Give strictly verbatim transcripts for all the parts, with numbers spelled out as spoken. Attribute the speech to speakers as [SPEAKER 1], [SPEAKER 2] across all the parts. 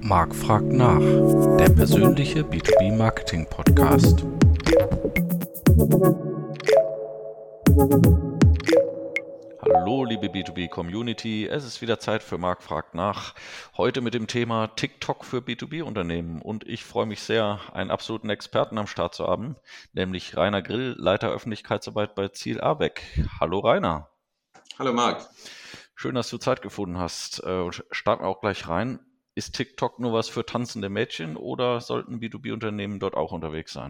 [SPEAKER 1] Marc fragt nach, der persönliche B zwei B Marketing Podcast. Hallo liebe B zwei B Community, es ist wieder Zeit für Marc fragt nach. Heute mit dem Thema TikTok für B zwei B Unternehmen und ich freue mich sehr, einen absoluten Experten am Start zu haben, nämlich Rainer Grill, Leiter Öffentlichkeitsarbeit bei Ziel Abeck. Hallo Rainer.
[SPEAKER 2] Hallo Marc.
[SPEAKER 1] Schön, dass du Zeit gefunden hast. Äh, Starten wir auch gleich rein. Ist TikTok nur was für tanzende Mädchen oder sollten B zwei B Unternehmen dort auch unterwegs sein?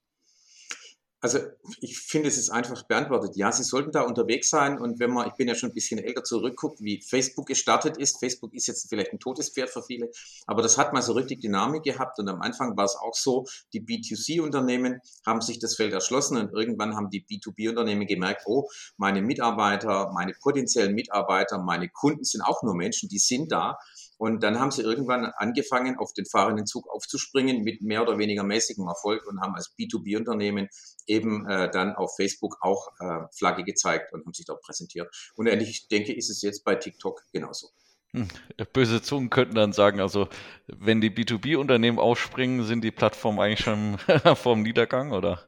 [SPEAKER 2] Also ich finde, es ist einfach beantwortet. Ja, Sie sollten da unterwegs sein und wenn man, ich bin ja schon ein bisschen älter, zurückguckt, wie Facebook gestartet ist. Facebook ist jetzt vielleicht ein totes Pferd für viele, aber das hat mal so richtig Dynamik gehabt und am Anfang war es auch so, die B zwei C Unternehmen haben sich das Feld erschlossen und irgendwann haben die B zwei B Unternehmen gemerkt, oh, meine Mitarbeiter, meine potenziellen Mitarbeiter, meine Kunden sind auch nur Menschen, die sind da. Und dann haben sie irgendwann angefangen, auf den fahrenden Zug aufzuspringen mit mehr oder weniger mäßigem Erfolg und haben als B zwei B Unternehmen eben äh, dann auf Facebook auch äh, Flagge gezeigt und haben sich dort präsentiert. Und ähnlich, ich denke, ist es jetzt bei TikTok genauso.
[SPEAKER 1] Hm. Böse Zungen könnten dann sagen, also wenn die B zwei B Unternehmen aufspringen, sind die Plattformen eigentlich schon vorm Niedergang, oder?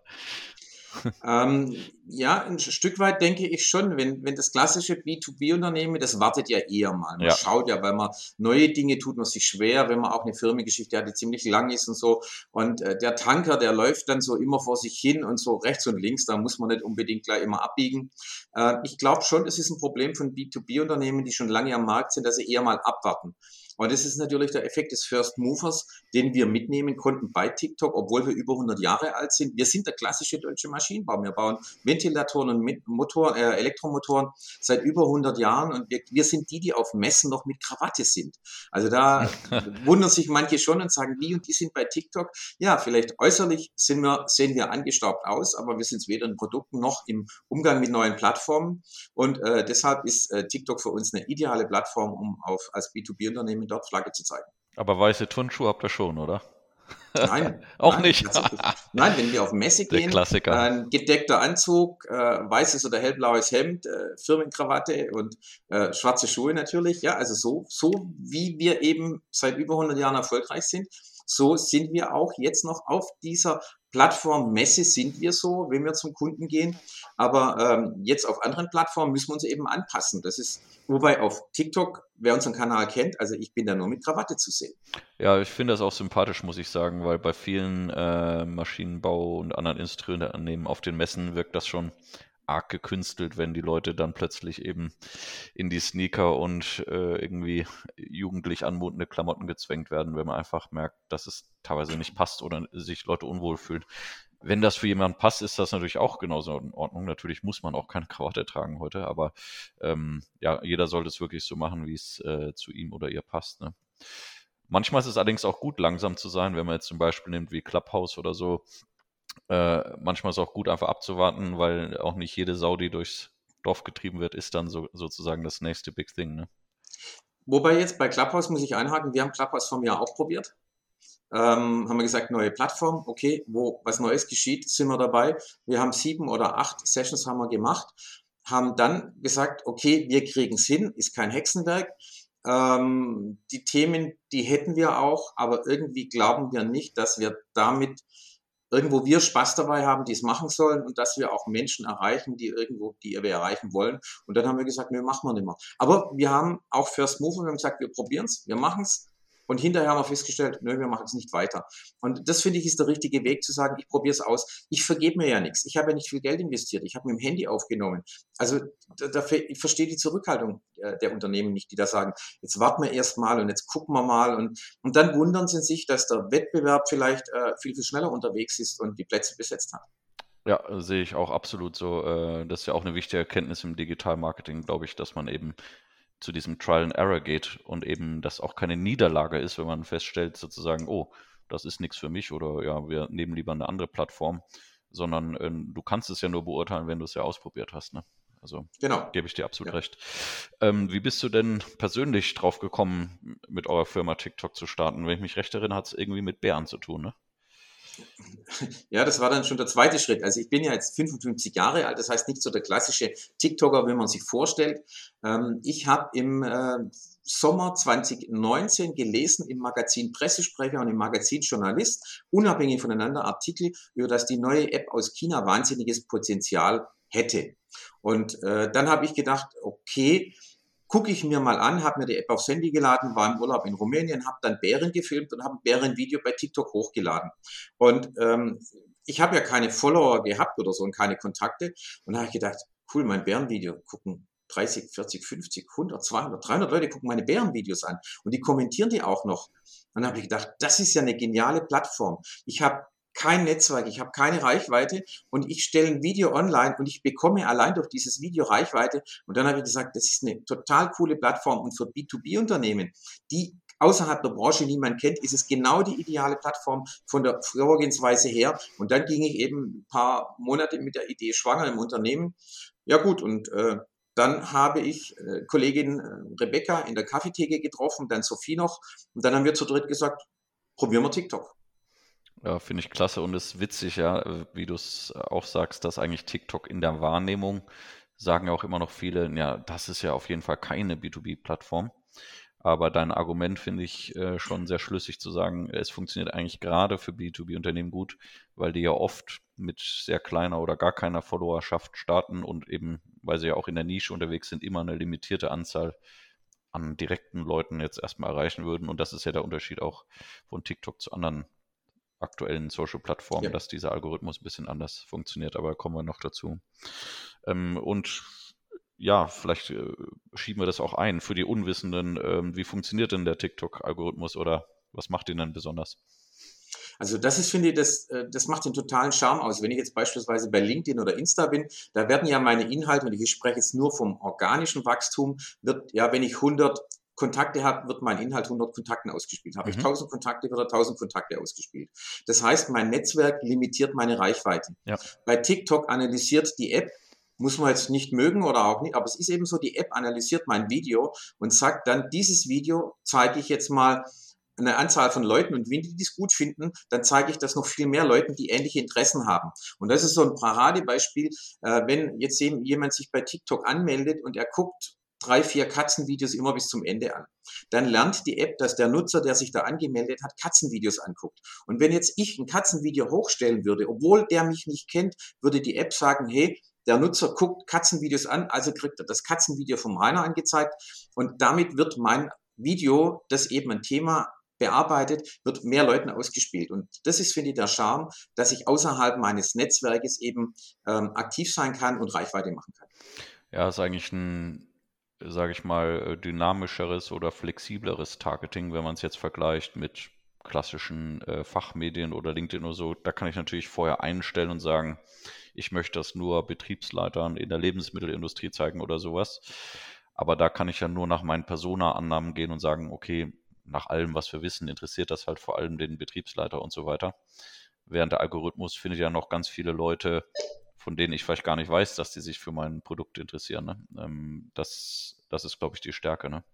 [SPEAKER 2] Ähm, ja, ein Stück weit denke ich schon, wenn, wenn das klassische B zwei B Unternehmen, das wartet ja eher mal. Man
[SPEAKER 1] Ja.
[SPEAKER 2] schaut ja, weil man neue Dinge tut man sich schwer, wenn man auch eine Firmengeschichte hat, die ziemlich lang ist und so. Und äh, der Tanker, der läuft dann so immer vor sich hin und so rechts und links, da muss man nicht unbedingt gleich immer abbiegen. Äh, ich glaube schon, es ist ein Problem von B zwei B Unternehmen, die schon lange am Markt sind, dass sie eher mal abwarten. Und das ist natürlich der Effekt des First Movers, den wir mitnehmen konnten bei TikTok, obwohl wir über hundert Jahre alt sind. Wir sind der klassische deutsche Maschinenbau. Wir bauen Ventilatoren und Motor, äh, Elektromotoren seit über hundert Jahren und wir, wir sind die, die auf Messen noch mit Krawatte sind. Also da wundern sich manche schon und sagen, wie, und die sind bei TikTok. Ja, vielleicht äußerlich sind wir, sehen wir angestaubt aus, aber wir sind es weder in Produkten noch im Umgang mit neuen Plattformen. Und äh, deshalb ist äh, TikTok für uns eine ideale Plattform, um auf, als B zwei B Unternehmen dort Flagge zu zeigen.
[SPEAKER 1] Aber weiße Turnschuhe habt ihr schon, oder?
[SPEAKER 2] Nein,
[SPEAKER 1] Auch
[SPEAKER 2] nein,
[SPEAKER 1] nicht.
[SPEAKER 2] tatsächlich. Nein, wenn wir auf Messe
[SPEAKER 1] Der
[SPEAKER 2] gehen,
[SPEAKER 1] Klassiker.
[SPEAKER 2] ein gedeckter Anzug, äh, weißes oder hellblaues Hemd, äh, Firmenkrawatte und äh, schwarze Schuhe natürlich. Ja, also so, so wie wir eben seit über hundert Jahren erfolgreich sind, so sind wir auch jetzt noch auf dieser Plattform Messe sind wir so, wenn wir zum Kunden gehen. Aber ähm, jetzt auf anderen Plattformen müssen wir uns eben anpassen. Das ist, wobei auf TikTok, wer unseren Kanal kennt, also ich bin da nur mit Krawatte zu sehen.
[SPEAKER 1] Ja, ich finde das auch sympathisch, muss ich sagen, weil bei vielen äh, Maschinenbau- und anderen Industrieunternehmen auf den Messen wirkt das schon arg gekünstelt, wenn die Leute dann plötzlich eben in die Sneaker und äh, irgendwie jugendlich anmutende Klamotten gezwängt werden, wenn man einfach merkt, dass es teilweise nicht passt oder sich Leute unwohl fühlen. Wenn das für jemanden passt, ist das natürlich auch genauso in Ordnung. Natürlich muss man auch keine Krawatte tragen heute, aber ähm, ja, jeder sollte es wirklich so machen, wie es äh, zu ihm oder ihr passt, ne? Manchmal ist es allerdings auch gut, langsam zu sein, wenn man jetzt zum Beispiel nimmt wie Clubhouse oder so. Äh, manchmal ist es auch gut, einfach abzuwarten, weil auch nicht jede Sau, die durchs Dorf getrieben wird, ist dann so, sozusagen das nächste Big Thing, ne?
[SPEAKER 2] Wobei jetzt bei Clubhouse muss ich einhaken, wir haben Clubhouse vom Jahr auch probiert. Ähm, haben wir gesagt, neue Plattform, okay, wo was Neues geschieht, sind wir dabei. Wir haben sieben oder acht Sessions haben wir gemacht, haben dann gesagt, okay, wir kriegen es hin, ist kein Hexenwerk. Ähm, die Themen, die hätten wir auch, aber irgendwie glauben wir nicht, dass wir damit irgendwo wir Spaß dabei haben, die es machen sollen und dass wir auch Menschen erreichen, die irgendwo, die wir erreichen wollen. Und dann haben wir gesagt, nö, machen wir nicht mehr. Aber wir haben auch First Mover, wir haben gesagt, wir probieren es, wir machen es. Und hinterher haben wir festgestellt, nö, wir machen es nicht weiter. Und das, finde ich, ist der richtige Weg zu sagen, ich probiere es aus. Ich vergebe mir ja nichts. Ich habe ja nicht viel Geld investiert. Ich habe mit dem Handy aufgenommen. Also da, da, ich verstehe die Zurückhaltung der, der Unternehmen nicht, die da sagen, jetzt warten wir erst mal und jetzt gucken wir mal. Und, und dann wundern sie sich, dass der Wettbewerb vielleicht äh, viel, viel schneller unterwegs ist und die Plätze besetzt hat.
[SPEAKER 1] Ja, sehe ich auch absolut so. Äh, Das ist ja auch eine wichtige Erkenntnis im Digital-Marketing, glaube ich, dass man eben zu diesem Trial and Error geht und eben das auch keine Niederlage ist, wenn man feststellt sozusagen, oh, das ist nichts für mich oder ja, wir nehmen lieber eine andere Plattform, sondern äh, du kannst es ja nur beurteilen, wenn du es ja ausprobiert hast, ne? Also
[SPEAKER 2] Genau.
[SPEAKER 1] gebe ich dir absolut
[SPEAKER 2] Ja.
[SPEAKER 1] recht. Ähm, wie bist du denn persönlich drauf gekommen, mit eurer Firma TikTok zu starten? Wenn ich mich recht erinnere, hat es irgendwie mit Bären zu tun, ne?
[SPEAKER 2] Ja, das war dann schon der zweite Schritt. Also ich bin ja jetzt fünfundfünfzig Jahre alt, das heißt nicht so der klassische TikToker, wie man sich vorstellt. Ähm, ich habe im äh, Sommer zwanzig neunzehn gelesen im Magazin Pressesprecher und im Magazin Journalist, unabhängig voneinander Artikel, über das die neue App aus China wahnsinniges Potenzial hätte. Und äh, dann habe ich gedacht, okay, gucke ich mir mal an, habe mir die App aufs Handy geladen, war im Urlaub in Rumänien, habe dann Bären gefilmt und habe ein Bärenvideo bei TikTok hochgeladen. Und ähm, ich habe ja keine Follower gehabt oder so und keine Kontakte. Und da habe ich gedacht, cool, mein Bärenvideo gucken dreißig, vierzig, fünfzig, hundert, zweihundert, dreihundert Leute gucken meine Bärenvideos an und die kommentieren die auch noch. Und dann habe ich gedacht, das ist ja eine geniale Plattform. Ich habe kein Netzwerk, ich habe keine Reichweite und ich stelle ein Video online und ich bekomme allein durch dieses Video Reichweite. Und dann habe ich gesagt, das ist eine total coole Plattform und für B zwei B-Unternehmen, die außerhalb der Branche niemand kennt, ist es genau die ideale Plattform von der Vorgehensweise her. Und dann ging ich eben ein paar Monate mit der Idee schwanger im Unternehmen. Ja gut, und äh, dann habe ich äh, Kollegin äh, Rebecca in der Kaffeetheke getroffen, dann Sophie noch. Und dann haben wir zu dritt gesagt, probieren wir TikTok.
[SPEAKER 1] Ja, finde ich klasse und ist witzig, ja, äh, wie du es auch sagst, dass eigentlich TikTok in der Wahrnehmung, sagen ja auch immer noch viele, ja, das ist ja auf jeden Fall keine B zwei B-Plattform. Aber dein Argument finde ich äh, schon sehr schlüssig zu sagen, es funktioniert eigentlich gerade für B zwei B-Unternehmen gut, weil die ja oft mit sehr kleiner oder gar keiner Followerschaft starten und eben, weil sie ja auch in der Nische unterwegs sind, immer eine limitierte Anzahl an direkten Leuten jetzt erstmal erreichen würden. Und das ist ja der Unterschied auch von TikTok zu anderen aktuellen Social-Plattformen,
[SPEAKER 2] Ja.
[SPEAKER 1] dass dieser Algorithmus ein bisschen anders funktioniert, aber kommen wir noch dazu. Ähm, und ja, vielleicht äh, schieben wir das auch ein für die Unwissenden. Ähm, wie funktioniert denn der TikTok-Algorithmus oder was macht ihn denn besonders?
[SPEAKER 2] Also das ist, finde ich, das, äh, das macht den totalen Charme aus. Wenn ich jetzt beispielsweise bei LinkedIn oder Insta bin, da werden ja meine Inhalte, und ich spreche jetzt nur vom organischen Wachstum, wird ja, wenn ich hundert Kontakte habe, wird mein Inhalt hundert Kontakten ausgespielt. Habe ich
[SPEAKER 1] Mhm.
[SPEAKER 2] tausend Kontakte, wird er tausend Kontakte ausgespielt. Das heißt, mein Netzwerk limitiert meine Reichweite.
[SPEAKER 1] Ja,
[SPEAKER 2] Bei TikTok analysiert die App, muss man jetzt nicht mögen oder auch nicht, aber es ist eben so, die App analysiert mein Video und sagt dann, dieses Video zeige ich jetzt mal eine Anzahl von Leuten und wenn die das gut finden, dann zeige ich das noch viel mehr Leuten, die ähnliche Interessen haben. Und das ist so ein Paradebeispiel, äh, wenn jetzt eben jemand sich bei TikTok anmeldet und er guckt drei, vier Katzenvideos immer bis zum Ende an. Dann lernt die App, dass der Nutzer, der sich da angemeldet hat, Katzenvideos anguckt. Und wenn jetzt ich ein Katzenvideo hochstellen würde, obwohl der mich nicht kennt, würde die App sagen, hey, der Nutzer guckt Katzenvideos an, also kriegt er das Katzenvideo vom Rainer angezeigt und damit wird mein Video, das eben ein Thema bearbeitet, wird mehr Leuten ausgespielt. Und das ist, finde ich, der Charme, dass ich außerhalb meines Netzwerkes eben ähm, aktiv sein kann und Reichweite machen kann.
[SPEAKER 1] ja, ist eigentlich ein, sage ich mal, äh, dynamischeres oder flexibleres Targeting, wenn man es jetzt vergleicht mit klassischen äh, Fachmedien oder LinkedIn oder so. Da kann ich natürlich vorher einstellen und sagen, ich möchte das nur Betriebsleitern in der Lebensmittelindustrie zeigen oder sowas. Aber da kann ich ja nur nach meinen Persona-Annahmen gehen und sagen, okay, nach allem, was wir wissen, interessiert das halt vor allem den Betriebsleiter und so weiter. Während der Algorithmus findet ja noch ganz viele Leute, von denen ich vielleicht gar nicht weiß, dass die sich für mein Produkt interessieren. Ne? Ähm, das, das ist, glaube ich, die Stärke. Ne?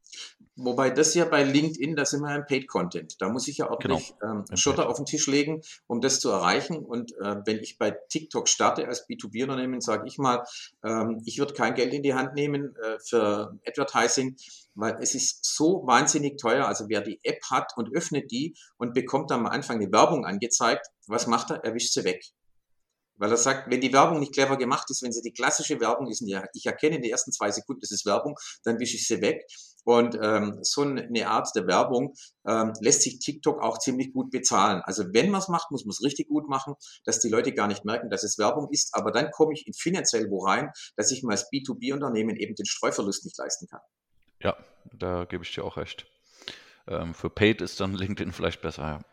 [SPEAKER 2] Wobei das ja bei LinkedIn, da sind wir im Paid Content. Da muss ich ja
[SPEAKER 1] Genau,
[SPEAKER 2] ordentlich ähm,
[SPEAKER 1] im
[SPEAKER 2] Schotter
[SPEAKER 1] Paid.
[SPEAKER 2] auf den Tisch legen, um das zu erreichen. Und äh, wenn ich bei TikTok starte als B zwei B-Unternehmen, sage ich mal, ähm, ich würde kein Geld in die Hand nehmen äh, für Advertising, weil es ist so wahnsinnig teuer. Also wer die App hat und öffnet die und bekommt am Anfang eine Werbung angezeigt, was macht er? Er wischt sie weg. Weil er sagt, wenn die Werbung nicht clever gemacht ist, wenn sie die klassische Werbung ist, und ja, ich erkenne in den ersten zwei Sekunden, das ist Werbung, dann wische ich sie weg. Und ähm, so eine Art der Werbung ähm, lässt sich TikTok auch ziemlich gut bezahlen. Also wenn man es macht, muss man es richtig gut machen, dass die Leute gar nicht merken, dass es Werbung ist. Aber dann komme ich in finanziell wo rein, dass ich mir als B zwei B-Unternehmen eben den Streuverlust nicht leisten kann.
[SPEAKER 1] Ja, da gebe ich dir auch recht. Ähm, für Paid ist dann LinkedIn vielleicht besser, ja.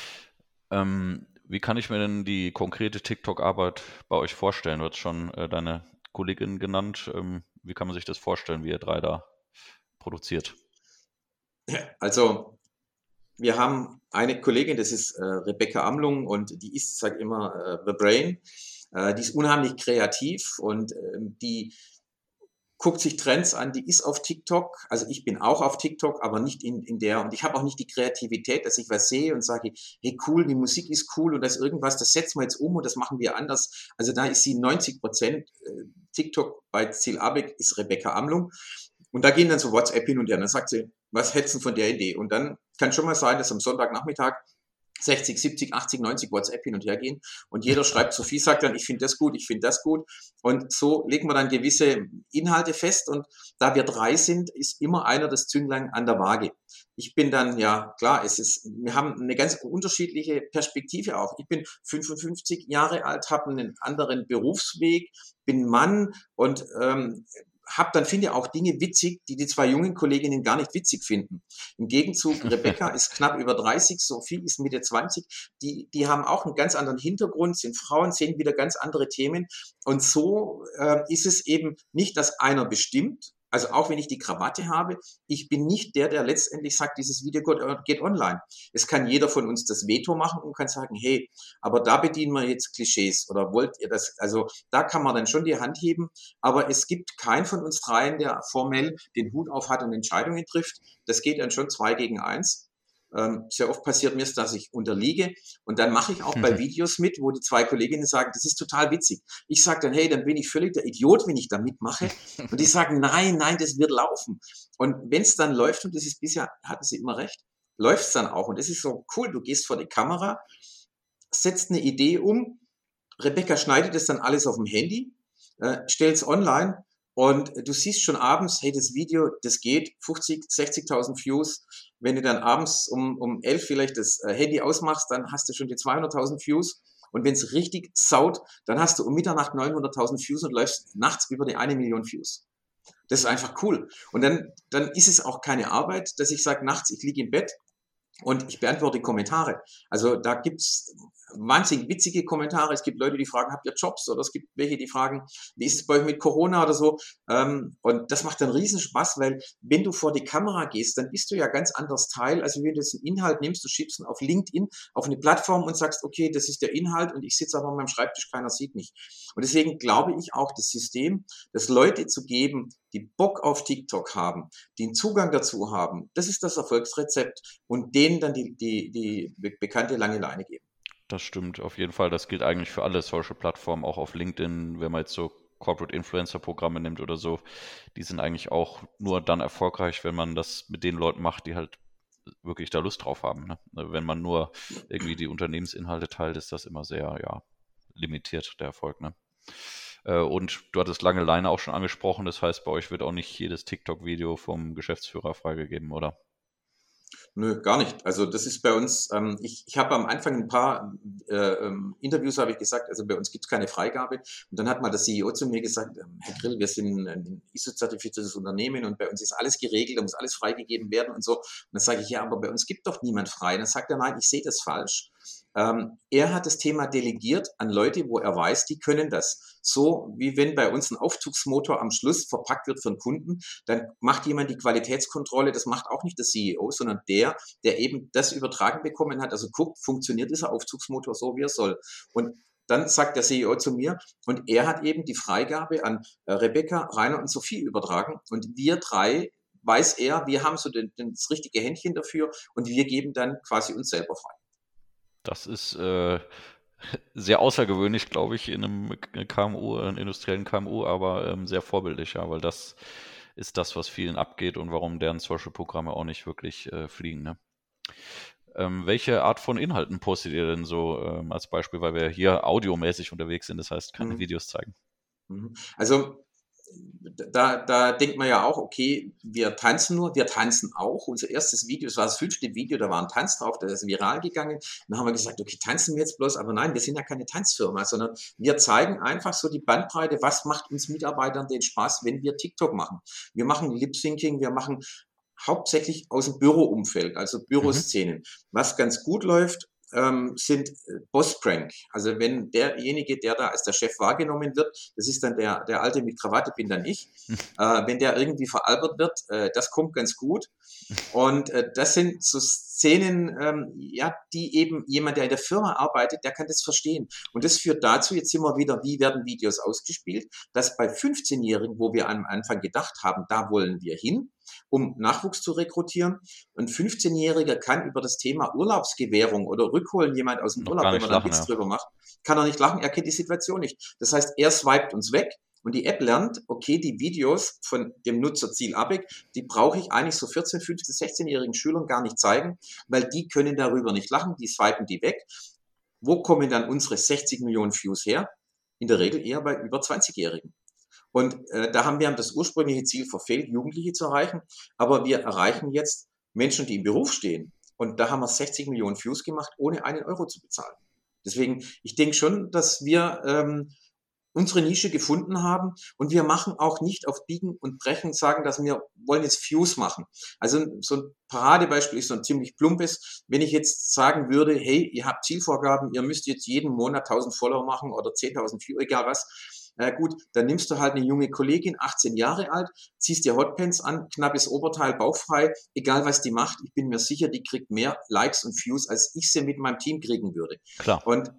[SPEAKER 1] Ähm, wie kann ich mir denn die konkrete TikTok-Arbeit bei euch vorstellen? Du hast schon äh, deine Kollegin genannt. Ähm, wie kann man sich das vorstellen, wie ihr drei da produziert?
[SPEAKER 2] Also wir haben eine Kollegin, das ist äh, Rebecca Amlung und die ist, sag immer, äh, The Brain. Äh, die ist unheimlich kreativ und ähm, die guckt sich Trends an, die ist auf TikTok, also ich bin auch auf TikTok, aber nicht in, in der, und ich habe auch nicht die Kreativität, dass ich was sehe und sage, hey cool, die Musik ist cool und das ist irgendwas, das setzen wir jetzt um und das machen wir anders. Also da ist sie neunzig Prozent, äh, TikTok bei Ziel Abeck ist Rebecca Amlung, und da gehen dann so WhatsApp hin und her, und dann sagt sie, was hältst du von der Idee? Und dann kann schon mal sein, dass am Sonntagnachmittag sechzig, siebzig, achtzig, neunzig WhatsApp hin und her gehen und jeder schreibt, Sophie sagt dann, ich finde das gut, ich finde das gut, und so legen wir dann gewisse Inhalte fest, und da wir drei sind, ist immer einer das Zünglein an der Waage. Ich bin dann, ja klar, es ist, wir haben eine ganz unterschiedliche Perspektive auch. Ich bin fünfundfünfzig Jahre alt, habe einen anderen Berufsweg, bin Mann und ähm, hab dann, finde auch Dinge witzig, die die zwei jungen Kolleginnen gar nicht witzig finden. Im Gegenzug, Rebecca ist knapp über dreißig, Sophie ist Mitte zwanzig, die, die haben auch einen ganz anderen Hintergrund, sind Frauen, sehen wieder ganz andere Themen, und so äh, ist es eben nicht, dass einer bestimmt. Also auch wenn ich die Krawatte habe, ich bin nicht der, der letztendlich sagt, dieses Video geht online. Es kann jeder von uns das Veto machen und kann sagen, hey, aber da bedienen wir jetzt Klischees, oder wollt ihr das? Also da kann man dann schon die Hand heben, aber es gibt keinen von uns dreien, der formell den Hut auf hat und Entscheidungen trifft. Das geht dann schon zwei gegen eins. Ähm, sehr oft passiert mir es, dass ich unterliege, und dann mache ich auch bei Videos mit, wo die zwei Kolleginnen sagen, das ist total witzig. Ich sage dann, hey, dann bin ich völlig der Idiot, wenn ich da mitmache, und die sagen, nein, nein, das wird laufen. Und wenn es dann läuft, und das ist bisher, hatten sie immer recht, läuft es dann auch, und das ist so cool, du gehst vor die Kamera, setzt eine Idee um, Rebecca schneidet das dann alles auf dem Handy, äh, stellt es online, und du siehst schon abends, hey, das Video, das geht, fünfzig, sechzigtausend Views. Wenn du dann abends um, um elf vielleicht das Handy ausmachst, dann hast du schon die zweihunderttausend Views. Und wenn es richtig saut, dann hast du um Mitternacht neunhunderttausend Views und läufst nachts über die eine Million Views. Das ist einfach cool. Und dann, dann ist es auch keine Arbeit, dass ich sage, nachts, ich liege im Bett und ich beantworte Kommentare. Also da gibt's wahnsinnig witzige Kommentare. Es gibt Leute, die fragen, habt ihr Jobs? Oder es gibt welche, die fragen, wie ist es bei euch mit Corona oder so? Und das macht dann riesen Spaß, weil wenn du vor die Kamera gehst, dann bist du ja ganz anders Teil. Also wenn du jetzt einen Inhalt nimmst, du schiebst ihn auf LinkedIn, auf eine Plattform und sagst, okay, das ist der Inhalt und ich sitze aber an meinem Schreibtisch, keiner sieht mich. Und deswegen glaube ich auch, das System, das Leute zu geben, die Bock auf TikTok haben, die einen Zugang dazu haben, das ist das Erfolgsrezept, und denen dann die, die, die bekannte lange Leine geben.
[SPEAKER 1] Das stimmt auf jeden Fall. Das gilt eigentlich für alle Social-Plattformen, auch auf LinkedIn, wenn man jetzt so Corporate Influencer-Programme nimmt oder so. Die sind eigentlich auch nur dann erfolgreich, wenn man das mit den Leuten macht, die halt wirklich da Lust drauf haben. Ne? Wenn man nur irgendwie die Unternehmensinhalte teilt, ist das immer sehr, ja, limitiert, der Erfolg. Ne? Und du hattest lange Leine auch schon angesprochen. Das heißt, bei euch wird auch nicht jedes TikTok-Video vom Geschäftsführer freigegeben, oder?
[SPEAKER 2] Nö, gar nicht. Also das ist bei uns, ähm, ich, ich habe am Anfang ein paar äh, ähm, Interviews, habe ich gesagt, also bei uns gibt es keine Freigabe. Und dann hat mal der C E O zu mir gesagt, ähm, Herr Grill, wir sind ein I S O-zertifiziertes Unternehmen und bei uns ist alles geregelt, da muss alles freigegeben werden und so. Und dann sage ich, ja, aber bei uns gibt doch niemand frei. Und dann sagt er, nein, ich sehe das falsch. Ähm, er hat das Thema delegiert an Leute, wo er weiß, die können das. So wie wenn bei uns ein Aufzugsmotor am Schluss verpackt wird für einen Kunden, dann macht jemand die Qualitätskontrolle, das macht auch nicht der C E O, sondern der, der eben das übertragen bekommen hat, also guckt, funktioniert dieser Aufzugsmotor so, wie er soll. Und dann sagt der C E O zu mir, und er hat eben die Freigabe an äh, Rebecca, Rainer und Sophie übertragen, und wir drei, weiß er, wir haben so den, den, das richtige Händchen dafür, und wir geben dann quasi uns selber frei.
[SPEAKER 1] Das ist äh, sehr außergewöhnlich, glaube ich, in einem K M U, einem industriellen K M U, aber ähm, sehr vorbildlich, ja, weil das ist das, was vielen abgeht und warum deren Social-Programme auch nicht wirklich äh, fliegen. Ne? Ähm, welche Art von Inhalten postet ihr denn so ähm, als Beispiel, weil wir hier audiomäßig unterwegs sind, das heißt keine
[SPEAKER 2] Mhm.
[SPEAKER 1] Videos zeigen?
[SPEAKER 2] Also da, da denkt man ja auch, okay, wir tanzen nur, wir tanzen auch. Unser erstes Video, das war das fünfte Video, da war ein Tanz drauf, der ist viral gegangen. Dann haben wir gesagt, okay, tanzen wir jetzt bloß, aber nein, wir sind ja keine Tanzfirma, sondern wir zeigen einfach so die Bandbreite, was macht uns Mitarbeitern den Spaß, wenn wir TikTok machen. Wir machen Lip-Syncing, wir machen hauptsächlich aus dem Büroumfeld, also Büroszenen. Mhm. Was ganz gut läuft, ähm, sind äh, Boss-Prank. Also wenn derjenige, der da als der Chef wahrgenommen wird, das ist dann der, der Alte mit Krawatte, bin dann ich, äh, wenn der irgendwie veralbert wird, äh, das kommt ganz gut. Und äh, das sind so Szenen, ähm, ja, die eben jemand, der in der Firma arbeitet, der kann das verstehen. Und das führt dazu, jetzt sind wir wieder, wie werden Videos ausgespielt, dass bei fünfzehnjährigen, wo wir am Anfang gedacht haben, da wollen wir hin, um Nachwuchs zu rekrutieren. Ein fünfzehnjähriger kann über das Thema Urlaubsgewährung oder Rückholen jemand aus dem
[SPEAKER 1] Noch
[SPEAKER 2] Urlaub,
[SPEAKER 1] gar
[SPEAKER 2] wenn
[SPEAKER 1] nicht
[SPEAKER 2] man da einen
[SPEAKER 1] lachen,
[SPEAKER 2] Witz
[SPEAKER 1] ja.
[SPEAKER 2] drüber macht, kann er nicht lachen, er kennt die Situation nicht. Das heißt, er swiped uns weg. Und die App lernt, okay, die Videos von dem Nutzerziel ABEC, die brauche ich eigentlich so vierzehn-, fünfzehn-, sechzehnjährigen Schülern gar nicht zeigen, weil die können darüber nicht lachen, die swipen die weg. Wo kommen dann unsere sechzig Millionen Views her? In der Regel eher bei über zwanzigjährigen. Und äh, da haben wir das ursprüngliche Ziel verfehlt, Jugendliche zu erreichen, aber wir erreichen jetzt Menschen, die im Beruf stehen. Und da haben wir sechzig Millionen Views gemacht, ohne einen Euro zu bezahlen. Deswegen, ich denke schon, dass wir ähm, unsere Nische gefunden haben und wir machen auch nicht auf Biegen und Brechen, sagen, dass wir wollen jetzt Views machen. Also so ein Paradebeispiel ist so ein ziemlich plumpes. Wenn ich jetzt sagen würde, hey, ihr habt Zielvorgaben, ihr müsst jetzt jeden Monat tausend Follower machen oder zehntausend Views, egal was. Na gut, dann nimmst du halt eine junge Kollegin, achtzehn Jahre alt, ziehst dir Hotpants an, knappes Oberteil, bauchfrei, egal was die macht, ich bin mir sicher, die kriegt mehr Likes und Views, als ich sie mit meinem Team kriegen würde.
[SPEAKER 1] Klar.
[SPEAKER 2] Und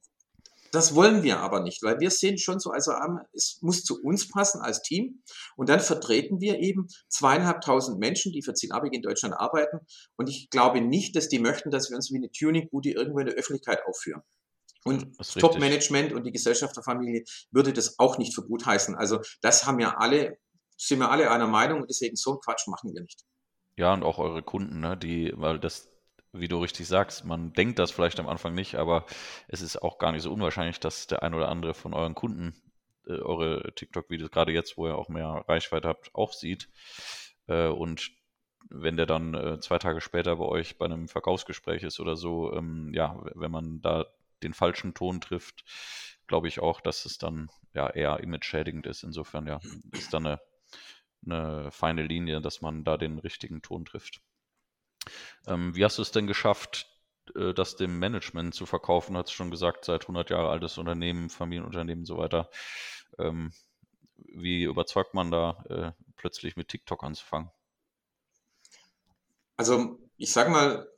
[SPEAKER 2] das wollen wir aber nicht, weil wir sehen schon so, also es muss zu uns passen als Team und dann vertreten wir eben zweieinhalbtausend Menschen, die für Ziel ABEC in Deutschland arbeiten und ich glaube nicht, dass die möchten, dass wir uns wie eine Tuning-Bude irgendwo in der Öffentlichkeit aufführen. Und das Top-Management und die Gesellschafterfamilie würde das auch nicht für gut heißen. Also das haben ja alle, sind wir alle einer Meinung und deswegen so einen Quatsch machen wir nicht.
[SPEAKER 1] Ja, und auch eure Kunden, ne, die, weil das, wie du richtig sagst, man denkt das vielleicht am Anfang nicht, aber es ist auch gar nicht so unwahrscheinlich, dass der ein oder andere von euren Kunden äh, eure TikTok-Videos, gerade jetzt, wo ihr auch mehr Reichweite habt, auch sieht. Äh, und wenn der dann äh, zwei Tage später bei euch bei einem Verkaufsgespräch ist oder so, ähm, ja, wenn man da den falschen Ton trifft, glaube ich auch, dass es dann ja eher image-schädigend ist. Insofern, ja, ist dann eine, eine feine Linie, dass man da den richtigen Ton trifft. Ähm, wie hast du es denn geschafft, äh, das dem Management zu verkaufen? Hast du schon gesagt, seit hundert Jahre altes Unternehmen, Familienunternehmen und so weiter. Ähm, wie überzeugt man da äh, plötzlich mit TikTok anzufangen?
[SPEAKER 2] Also ich sage mal,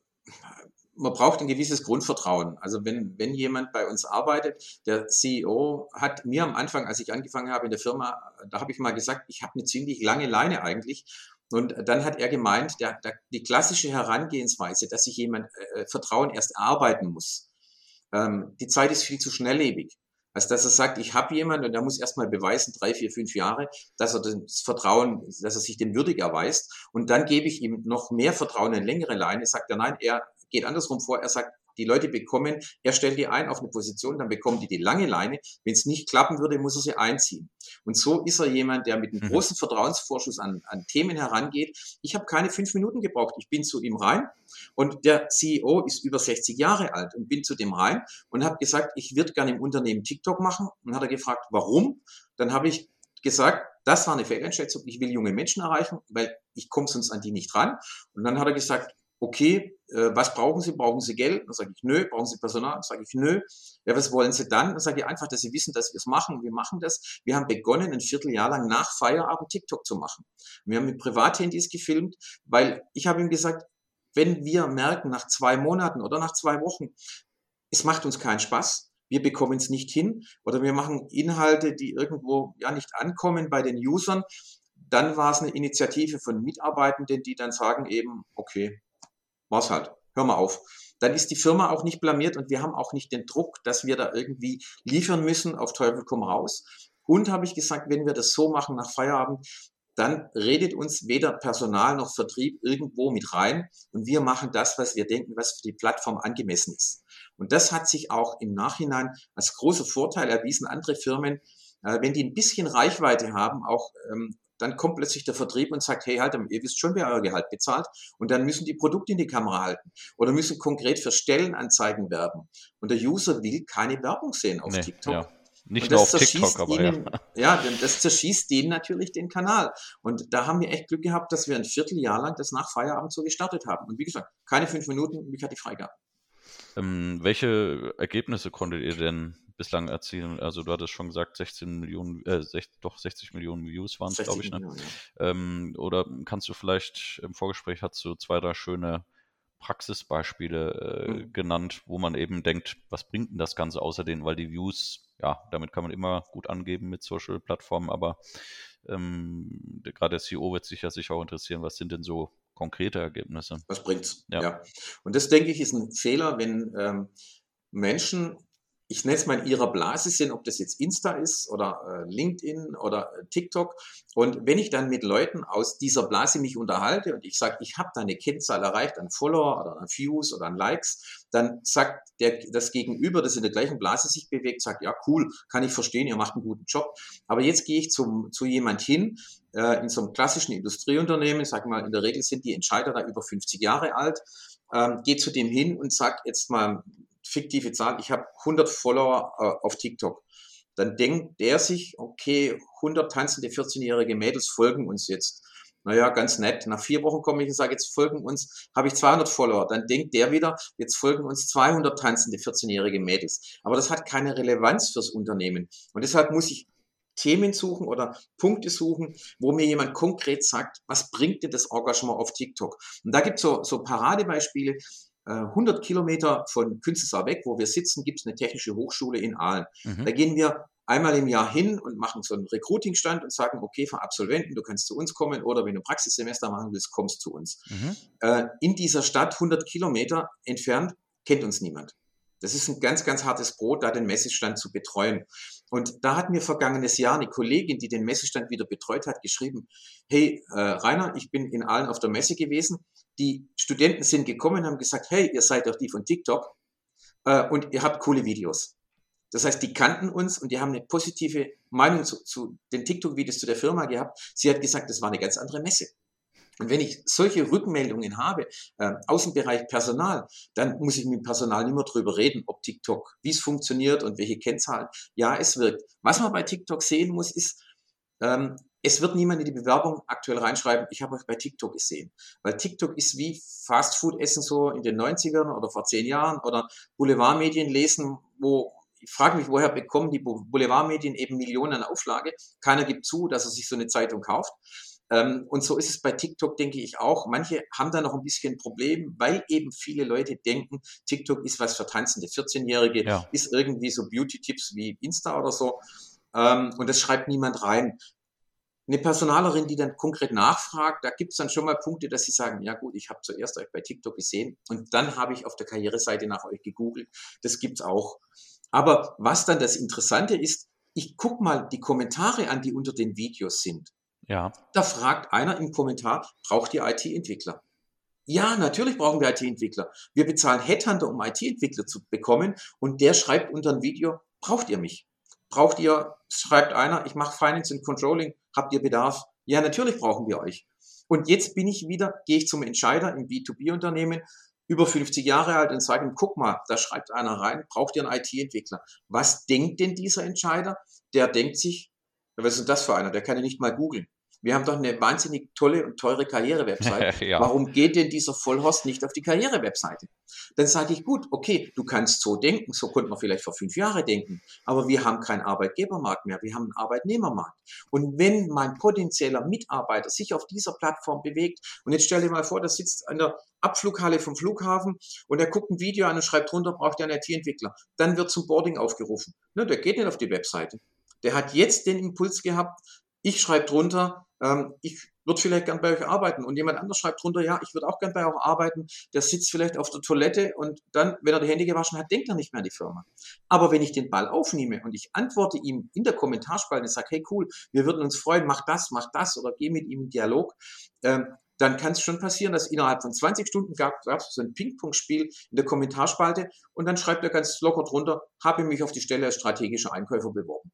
[SPEAKER 2] man braucht ein gewisses Grundvertrauen. Also wenn, wenn jemand bei uns arbeitet, der C E O hat mir am Anfang, als ich angefangen habe in der Firma, da habe ich mal gesagt, ich habe eine ziemlich lange Leine eigentlich. Und dann hat er gemeint, der, der, die klassische Herangehensweise, dass sich jemand äh, Vertrauen erst erarbeiten muss, ähm, die Zeit ist viel zu schnelllebig. Also dass er sagt, ich habe jemanden und er muss erstmal beweisen, drei, vier, fünf Jahre, dass er das Vertrauen, dass er sich dem würdig erweist. Und dann gebe ich ihm noch mehr Vertrauen, eine längere Leine, sagt er, nein, er geht andersrum vor, er sagt, die Leute bekommen, er stellt die ein auf eine Position, dann bekommen die die lange Leine. Wenn es nicht klappen würde, muss er sie einziehen. Und so ist er jemand, der mit einem großen Vertrauensvorschuss an, an Themen herangeht. Ich habe keine fünf Minuten gebraucht. Ich bin zu ihm rein und der C E O ist über sechzig Jahre alt und bin zu dem rein und habe gesagt, ich würde gerne im Unternehmen TikTok machen. Und hat er gefragt, warum? Dann habe ich gesagt, das war eine Fehleinschätzung. Ich will junge Menschen erreichen, weil ich komme sonst an die nicht ran. Und dann hat er gesagt, okay, äh, was brauchen Sie? Brauchen Sie Geld? Dann sage ich, nö. Brauchen Sie Personal? Dann sage ich, nö. Ja, was wollen Sie dann? Dann sage ich einfach, dass Sie wissen, dass wir es machen. Wir machen das. Wir haben begonnen, ein Vierteljahr lang nach Feierabend TikTok zu machen. Wir haben mit Privathandys gefilmt, weil ich habe ihm gesagt, wenn wir merken, nach zwei Monaten oder nach zwei Wochen, es macht uns keinen Spaß, wir bekommen es nicht hin oder wir machen Inhalte, die irgendwo ja nicht ankommen bei den Usern, dann war es eine Initiative von Mitarbeitenden, die dann sagen eben, okay, war's halt, hör mal auf. Dann ist die Firma auch nicht blamiert und wir haben auch nicht den Druck, dass wir da irgendwie liefern müssen, auf Teufel komm raus. Und habe ich gesagt, wenn wir das so machen nach Feierabend, dann redet uns weder Personal noch Vertrieb irgendwo mit rein und wir machen das, was wir denken, was für die Plattform angemessen ist. Und das hat sich auch im Nachhinein als großer Vorteil erwiesen. Andere Firmen, äh, wenn die ein bisschen Reichweite haben, auch ähm, dann kommt plötzlich der Vertrieb und sagt, hey, halt, ihr wisst schon, wer euer Gehalt bezahlt. Und dann müssen die Produkte in die Kamera halten oder müssen konkret für Stellenanzeigen werben. Und der User will keine Werbung sehen auf
[SPEAKER 1] Nee,
[SPEAKER 2] TikTok.
[SPEAKER 1] ja. Nicht
[SPEAKER 2] Und
[SPEAKER 1] nur
[SPEAKER 2] das
[SPEAKER 1] auf TikTok, aber
[SPEAKER 2] ihnen,
[SPEAKER 1] ja.
[SPEAKER 2] ja, das zerschießt denen natürlich den Kanal. Und da haben wir echt Glück gehabt, dass wir ein Vierteljahr lang das nach Feierabend so gestartet haben. Und wie gesagt, keine fünf Minuten, mich hat die Freigabe.
[SPEAKER 1] Ähm, welche Ergebnisse konntet ihr denn bislang erzielen? Also du hattest schon gesagt, sechzehn Millionen, äh, sech, doch sechzig Millionen Views waren es, glaube
[SPEAKER 2] sechzig
[SPEAKER 1] ich, ne?
[SPEAKER 2] Millionen, ja.
[SPEAKER 1] Ähm, oder kannst du vielleicht im Vorgespräch hast du zwei, drei schöne Praxisbeispiele äh,
[SPEAKER 2] Mhm.
[SPEAKER 1] genannt, wo man eben denkt, was bringt denn das Ganze außerdem, weil die Views, ja, damit kann man immer gut angeben mit Social-Plattformen, aber ähm, der- gerade der C E O wird sich ja sicher auch interessieren, was sind denn so konkrete Ergebnisse?
[SPEAKER 2] Was bringt's?
[SPEAKER 1] Ja.
[SPEAKER 2] Ja. Und das, denke ich, ist ein Fehler, wenn ähm, Menschen, ich nenne es mal in ihrer Blase sind, ob das jetzt Insta ist oder äh, LinkedIn oder äh, TikTok. Und wenn ich dann mit Leuten aus dieser Blase mich unterhalte und ich sage, ich habe da eine Kennzahl erreicht an Follower oder an Views oder an Likes, dann sagt der, das Gegenüber, das in der gleichen Blase sich bewegt, sagt, ja cool, kann ich verstehen, ihr macht einen guten Job. Aber jetzt gehe ich zum, zu jemand hin, äh, in so einem klassischen Industrieunternehmen, sag mal, in der Regel sind die Entscheider da über fünfzig Jahre alt, ähm, geht zu dem hin und sagt jetzt mal, fiktive Zahl, ich habe hundert Follower äh, auf TikTok. Dann denkt der sich, okay, hundert tanzende vierzehn-jährige Mädels folgen uns jetzt. Naja, ganz nett. Nach vier Wochen komme ich und sage, jetzt folgen uns, habe ich zweihundert Follower. Dann denkt der wieder, jetzt folgen uns zweihundert tanzende vierzehn-jährige Mädels. Aber das hat keine Relevanz fürs Unternehmen. Und deshalb muss ich Themen suchen oder Punkte suchen, wo mir jemand konkret sagt, was bringt dir das Engagement auf TikTok? Und da gibt es so, so Paradebeispiele. hundert Kilometer von Künzelsau weg, wo wir sitzen, gibt es eine technische Hochschule in Aalen.
[SPEAKER 1] Mhm.
[SPEAKER 2] Da gehen wir einmal im Jahr hin und machen so einen Recruiting-Stand und sagen, okay, für Absolventen, du kannst zu uns kommen oder wenn du Praxissemester machen willst, kommst zu uns.
[SPEAKER 1] Mhm.
[SPEAKER 2] Äh, in dieser Stadt, hundert Kilometer entfernt, kennt uns niemand. Das ist ein ganz, ganz hartes Brot, da den Messestand zu betreuen. Und da hat mir vergangenes Jahr eine Kollegin, die den Messestand wieder betreut hat, geschrieben, hey, äh, Rainer, ich bin in Aalen auf der Messe gewesen. Die Studenten sind gekommen und haben gesagt, hey, ihr seid doch die von TikTok äh, und ihr habt coole Videos. Das heißt, die kannten uns und die haben eine positive Meinung zu, zu den TikTok-Videos zu der Firma gehabt. Sie hat gesagt, das war eine ganz andere Messe. Und wenn ich solche Rückmeldungen habe, äh, aus dem Bereich Personal, dann muss ich mit dem Personal nicht mehr drüber reden, ob TikTok, wie es funktioniert und welche Kennzahlen. Ja, es wirkt. Was man bei TikTok sehen muss, ist, ähm, es wird niemand in die Bewerbung aktuell reinschreiben, ich habe euch bei TikTok gesehen. Weil TikTok ist wie Fastfood-Essen so in den neunzigern oder vor zehn Jahren oder Boulevardmedien lesen, wo ich frage mich, woher bekommen die Boulevardmedien eben Millionen Auflage? Keiner gibt zu, dass er sich so eine Zeitung kauft. Ähm, und so ist es bei TikTok, denke ich auch. Manche haben da noch ein bisschen ein Problem, weil eben viele Leute denken, TikTok ist was für tanzende vierzehn-Jährige,
[SPEAKER 1] Ja.
[SPEAKER 2] ist irgendwie so Beauty-Tipps wie Insta oder so. Ähm, und das schreibt niemand rein. Eine Personalerin, die dann konkret nachfragt, da gibt es dann schon mal Punkte, dass sie sagen, ja gut, ich habe zuerst euch bei TikTok gesehen und dann habe ich auf der Karriereseite nach euch gegoogelt. Das gibt's auch. Aber was dann das Interessante ist, ich gucke mal die Kommentare an, die unter den Videos sind.
[SPEAKER 1] Ja.
[SPEAKER 2] Da fragt einer im Kommentar, braucht ihr I T-Entwickler? Ja, natürlich brauchen wir I T-Entwickler. Wir bezahlen Headhunter, um I T-Entwickler zu bekommen. Und der schreibt unter ein Video, braucht ihr mich? Braucht ihr, schreibt einer, ich mache Finance and Controlling, habt ihr Bedarf? Ja, natürlich brauchen wir euch. Und jetzt bin ich wieder, gehe ich zum Entscheider im B zwei B-Unternehmen, über fünfzig Jahre alt und sage ihm, guck mal, da schreibt einer rein, braucht ihr einen I T-Entwickler? Was denkt denn dieser Entscheider? Der denkt sich, was ist denn das für einer? Der kann ja nicht mal googeln. Wir haben doch eine wahnsinnig tolle und teure Karriere-Website.
[SPEAKER 1] Ja.
[SPEAKER 2] Warum geht denn dieser Vollhorst nicht auf die Karriere-Webseite? Dann sage ich, gut, okay, du kannst so denken, so konnte man vielleicht vor fünf Jahren denken, aber wir haben keinen Arbeitgebermarkt mehr, wir haben einen Arbeitnehmermarkt. Und wenn mein potenzieller Mitarbeiter sich auf dieser Plattform bewegt, und jetzt stell dir mal vor, der sitzt an der Abflughalle vom Flughafen und er guckt ein Video an und schreibt drunter, braucht er einen I T-Entwickler. Dann wird zum Boarding aufgerufen. Ne, der geht nicht auf die Webseite. Der hat jetzt den Impuls gehabt, ich schreibe drunter, ähm, ich würde vielleicht gern bei euch arbeiten. Und jemand anderes schreibt drunter, ja, ich würde auch gern bei euch arbeiten. Der sitzt vielleicht auf der Toilette und dann, wenn er die Hände gewaschen hat, denkt er nicht mehr an die Firma. Aber wenn ich den Ball aufnehme und ich antworte ihm in der Kommentarspalte und sage, hey cool, wir würden uns freuen, mach das, mach das oder geh mit ihm in Dialog, ähm, dann kann es schon passieren, dass innerhalb von zwanzig Stunden gab es so ein Ping-Pong-Spiel in der Kommentarspalte und dann schreibt er ganz locker drunter, habe mich auf die Stelle als strategischer Einkäufer beworben.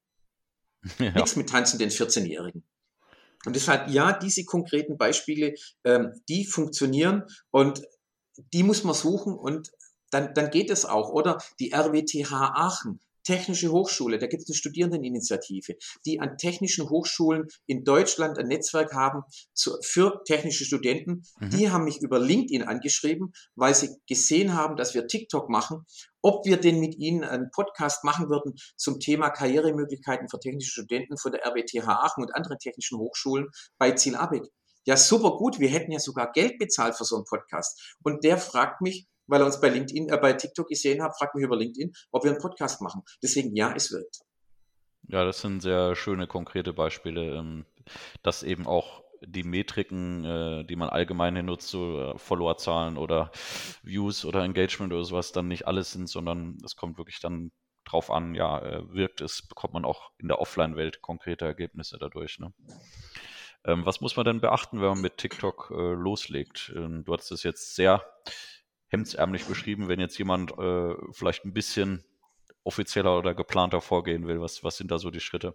[SPEAKER 1] Ja.
[SPEAKER 2] Nichts mit tanzenden vierzehn-Jährigen. Und deshalb, ja, diese konkreten Beispiele, ähm, die funktionieren und die muss man suchen und dann, dann geht es auch. Oder die R W T H Aachen, Technische Hochschule, da gibt es eine Studierendeninitiative, die an technischen Hochschulen in Deutschland ein Netzwerk haben zu, für technische Studenten.
[SPEAKER 1] Mhm.
[SPEAKER 2] Die haben mich über LinkedIn angeschrieben, weil sie gesehen haben, dass wir TikTok machen, ob wir denn mit ihnen einen Podcast machen würden zum Thema Karrieremöglichkeiten für technische Studenten von der R W T H Aachen und anderen technischen Hochschulen bei Ziel Abeck. Ja, super gut, wir hätten ja sogar Geld bezahlt für so einen Podcast. Und der fragt mich, weil er uns bei LinkedIn, äh, bei TikTok gesehen hat, fragt mich über LinkedIn, ob wir einen Podcast machen. Deswegen, ja, es wirkt.
[SPEAKER 1] Ja, das sind sehr schöne, konkrete Beispiele, ähm, dass eben auch die Metriken, äh, die man allgemein hier nutzt, so äh, Followerzahlen oder Views oder Engagement oder sowas, dann nicht alles sind, sondern es kommt wirklich dann drauf an, ja, äh, wirkt es, bekommt man auch in der Offline-Welt konkrete Ergebnisse dadurch, ne? Ähm, was muss man denn beachten, wenn man mit TikTok äh, loslegt? Ähm, du hast es jetzt sehr hemdsärmlich beschrieben, wenn jetzt jemand äh, vielleicht ein bisschen offizieller oder geplanter vorgehen will. Was, was sind da so die Schritte?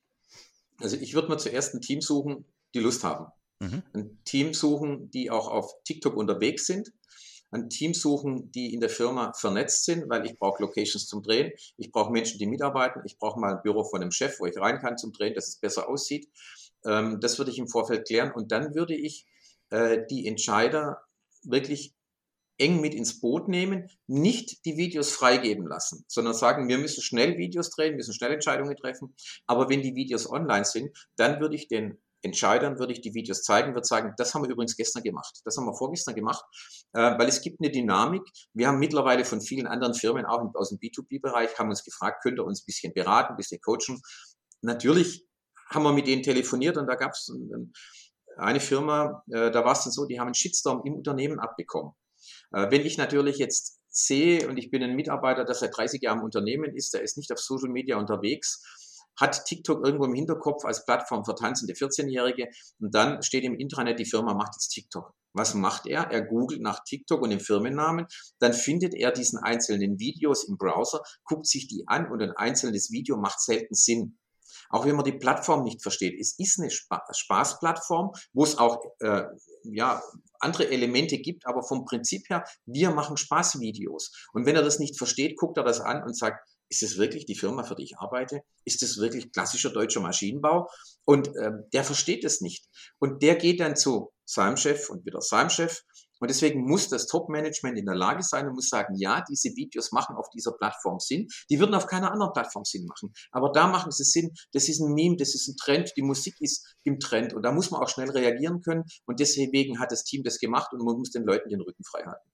[SPEAKER 2] Also ich würde mir zuerst ein Team suchen, die Lust haben.
[SPEAKER 1] Mhm.
[SPEAKER 2] Ein Team suchen, die auch auf TikTok unterwegs sind. Ein Team suchen, die in der Firma vernetzt sind, weil ich brauche Locations zum Drehen. Ich brauche Menschen, die mitarbeiten. Ich brauche mal ein Büro von einem Chef, wo ich rein kann zum Drehen, dass es besser aussieht. Ähm, das würde ich im Vorfeld klären. Und dann würde ich äh, die Entscheider wirklich eng mit ins Boot nehmen, nicht die Videos freigeben lassen, sondern sagen, wir müssen schnell Videos drehen, müssen schnell Entscheidungen treffen. Aber wenn die Videos online sind, dann würde ich den Entscheidern, würde ich die Videos zeigen, würde sagen, das haben wir übrigens gestern gemacht, das haben wir vorgestern gemacht, äh, weil es gibt eine Dynamik. Wir haben mittlerweile von vielen anderen Firmen, auch aus dem B zwei B-Bereich, haben uns gefragt, könnt ihr uns ein bisschen beraten, ein bisschen coachen. Natürlich haben wir mit denen telefoniert und da gab es eine Firma, äh, da war es dann so, die haben einen Shitstorm im Unternehmen abbekommen. Wenn ich natürlich jetzt sehe, und ich bin ein Mitarbeiter, der seit dreißig Jahren im Unternehmen ist, der ist nicht auf Social Media unterwegs, hat TikTok irgendwo im Hinterkopf als Plattform für tanzende vierzehnjährige und dann steht im Intranet, die Firma macht jetzt TikTok. Was macht er? Er googelt nach TikTok und dem Firmennamen, dann findet er diesen einzelnen Videos im Browser, guckt sich die an und ein einzelnes Video macht selten Sinn. Auch wenn man die Plattform nicht versteht. Es ist eine Spa- Spaßplattform, wo es auch äh, ja, andere Elemente gibt, aber vom Prinzip her, wir machen Spaßvideos. Und wenn er das nicht versteht, guckt er das an und sagt, ist das wirklich die Firma, für die ich arbeite? Ist das wirklich klassischer deutscher Maschinenbau? Und ähm, der versteht es nicht. Und der geht dann zu seinem Chef und wieder seinem Chef. Und deswegen muss das Top-Management in der Lage sein und muss sagen, ja, diese Videos machen auf dieser Plattform Sinn. Die würden auf keiner anderen Plattform Sinn machen. Aber da machen sie Sinn. Das ist ein Meme, das ist ein Trend. Die Musik ist im Trend. Und da muss man auch schnell reagieren können. Und deswegen hat das Team das gemacht und man muss den Leuten den Rücken frei halten.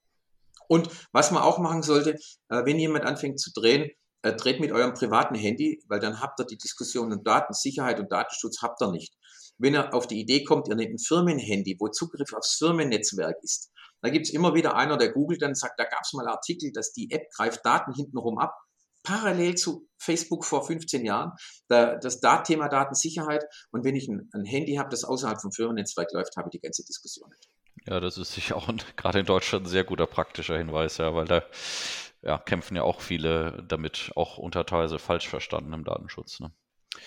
[SPEAKER 2] Und was man auch machen sollte, äh, wenn jemand anfängt zu drehen, äh, dreht mit eurem privaten Handy, weil dann habt ihr die Diskussion um Datensicherheit und Datenschutz habt ihr nicht. Wenn ihr auf die Idee kommt, ihr nehmt ein Firmenhandy, wo Zugriff aufs Firmennetzwerk ist, da gibt's immer wieder einer, der googelt dann und sagt, da gab's mal Artikel, dass die App greift Daten hintenrum ab, parallel zu Facebook vor fünfzehn Jahren, da, das Thema Datensicherheit. Und wenn ich ein, ein Handy habe, das außerhalb vom Firmennetzwerk läuft, habe ich die ganze Diskussion nicht.
[SPEAKER 1] Ja, das ist sicher auch ein, gerade in Deutschland ein sehr guter praktischer Hinweis, ja, weil da ja, kämpfen ja auch viele damit, auch unter teilweise falsch verstanden im Datenschutz. Ne?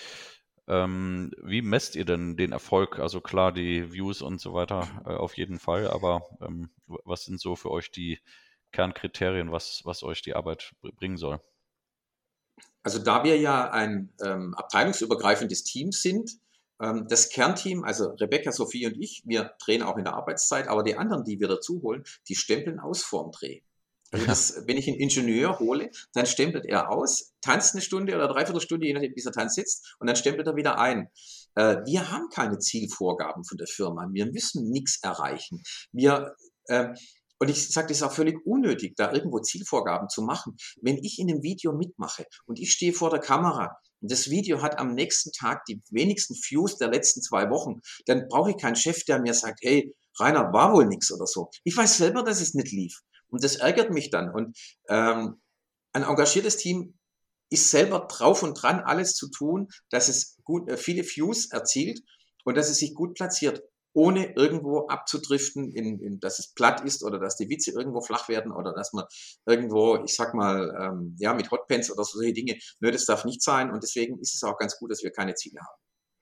[SPEAKER 1] Ähm, wie messt ihr denn den Erfolg? Also klar, die Views und so weiter äh, auf jeden Fall, aber ähm, was sind so für euch die Kernkriterien, was, was euch die Arbeit br- bringen soll?
[SPEAKER 2] Also da wir ja ein ähm, abteilungsübergreifendes Team sind, ähm, das Kernteam, also Rebecca, Sophie und ich, wir drehen auch in der Arbeitszeit, aber die anderen, die wir dazu holen, die stempeln aus vorm Dreh. Also das, wenn ich einen Ingenieur hole, dann stempelt er aus, tanzt eine Stunde oder dreiviertel Stunde, je nachdem, bis er tanzt sitzt, und dann stempelt er wieder ein. Äh, wir haben keine Zielvorgaben von der Firma. Wir müssen nichts erreichen. Wir, äh, und ich sage, das ist auch völlig unnötig, da irgendwo Zielvorgaben zu machen. Wenn ich in einem Video mitmache und ich stehe vor der Kamera und das Video hat am nächsten Tag die wenigsten Views der letzten zwei Wochen, dann brauche ich keinen Chef, der mir sagt, hey, Rainer, war wohl nichts oder so. Ich weiß selber, dass es nicht lief. Und das ärgert mich dann. Und ähm, ein engagiertes Team ist selber drauf und dran, alles zu tun, dass es gut, äh, viele Views erzielt und dass es sich gut platziert, ohne irgendwo abzudriften, in, in, dass es platt ist oder dass die Witze irgendwo flach werden oder dass man irgendwo, ich sag mal, ähm, ja, mit Hotpants oder solche Dinge, nö, das darf nicht sein. Und deswegen ist es auch ganz gut, dass wir keine Ziele haben.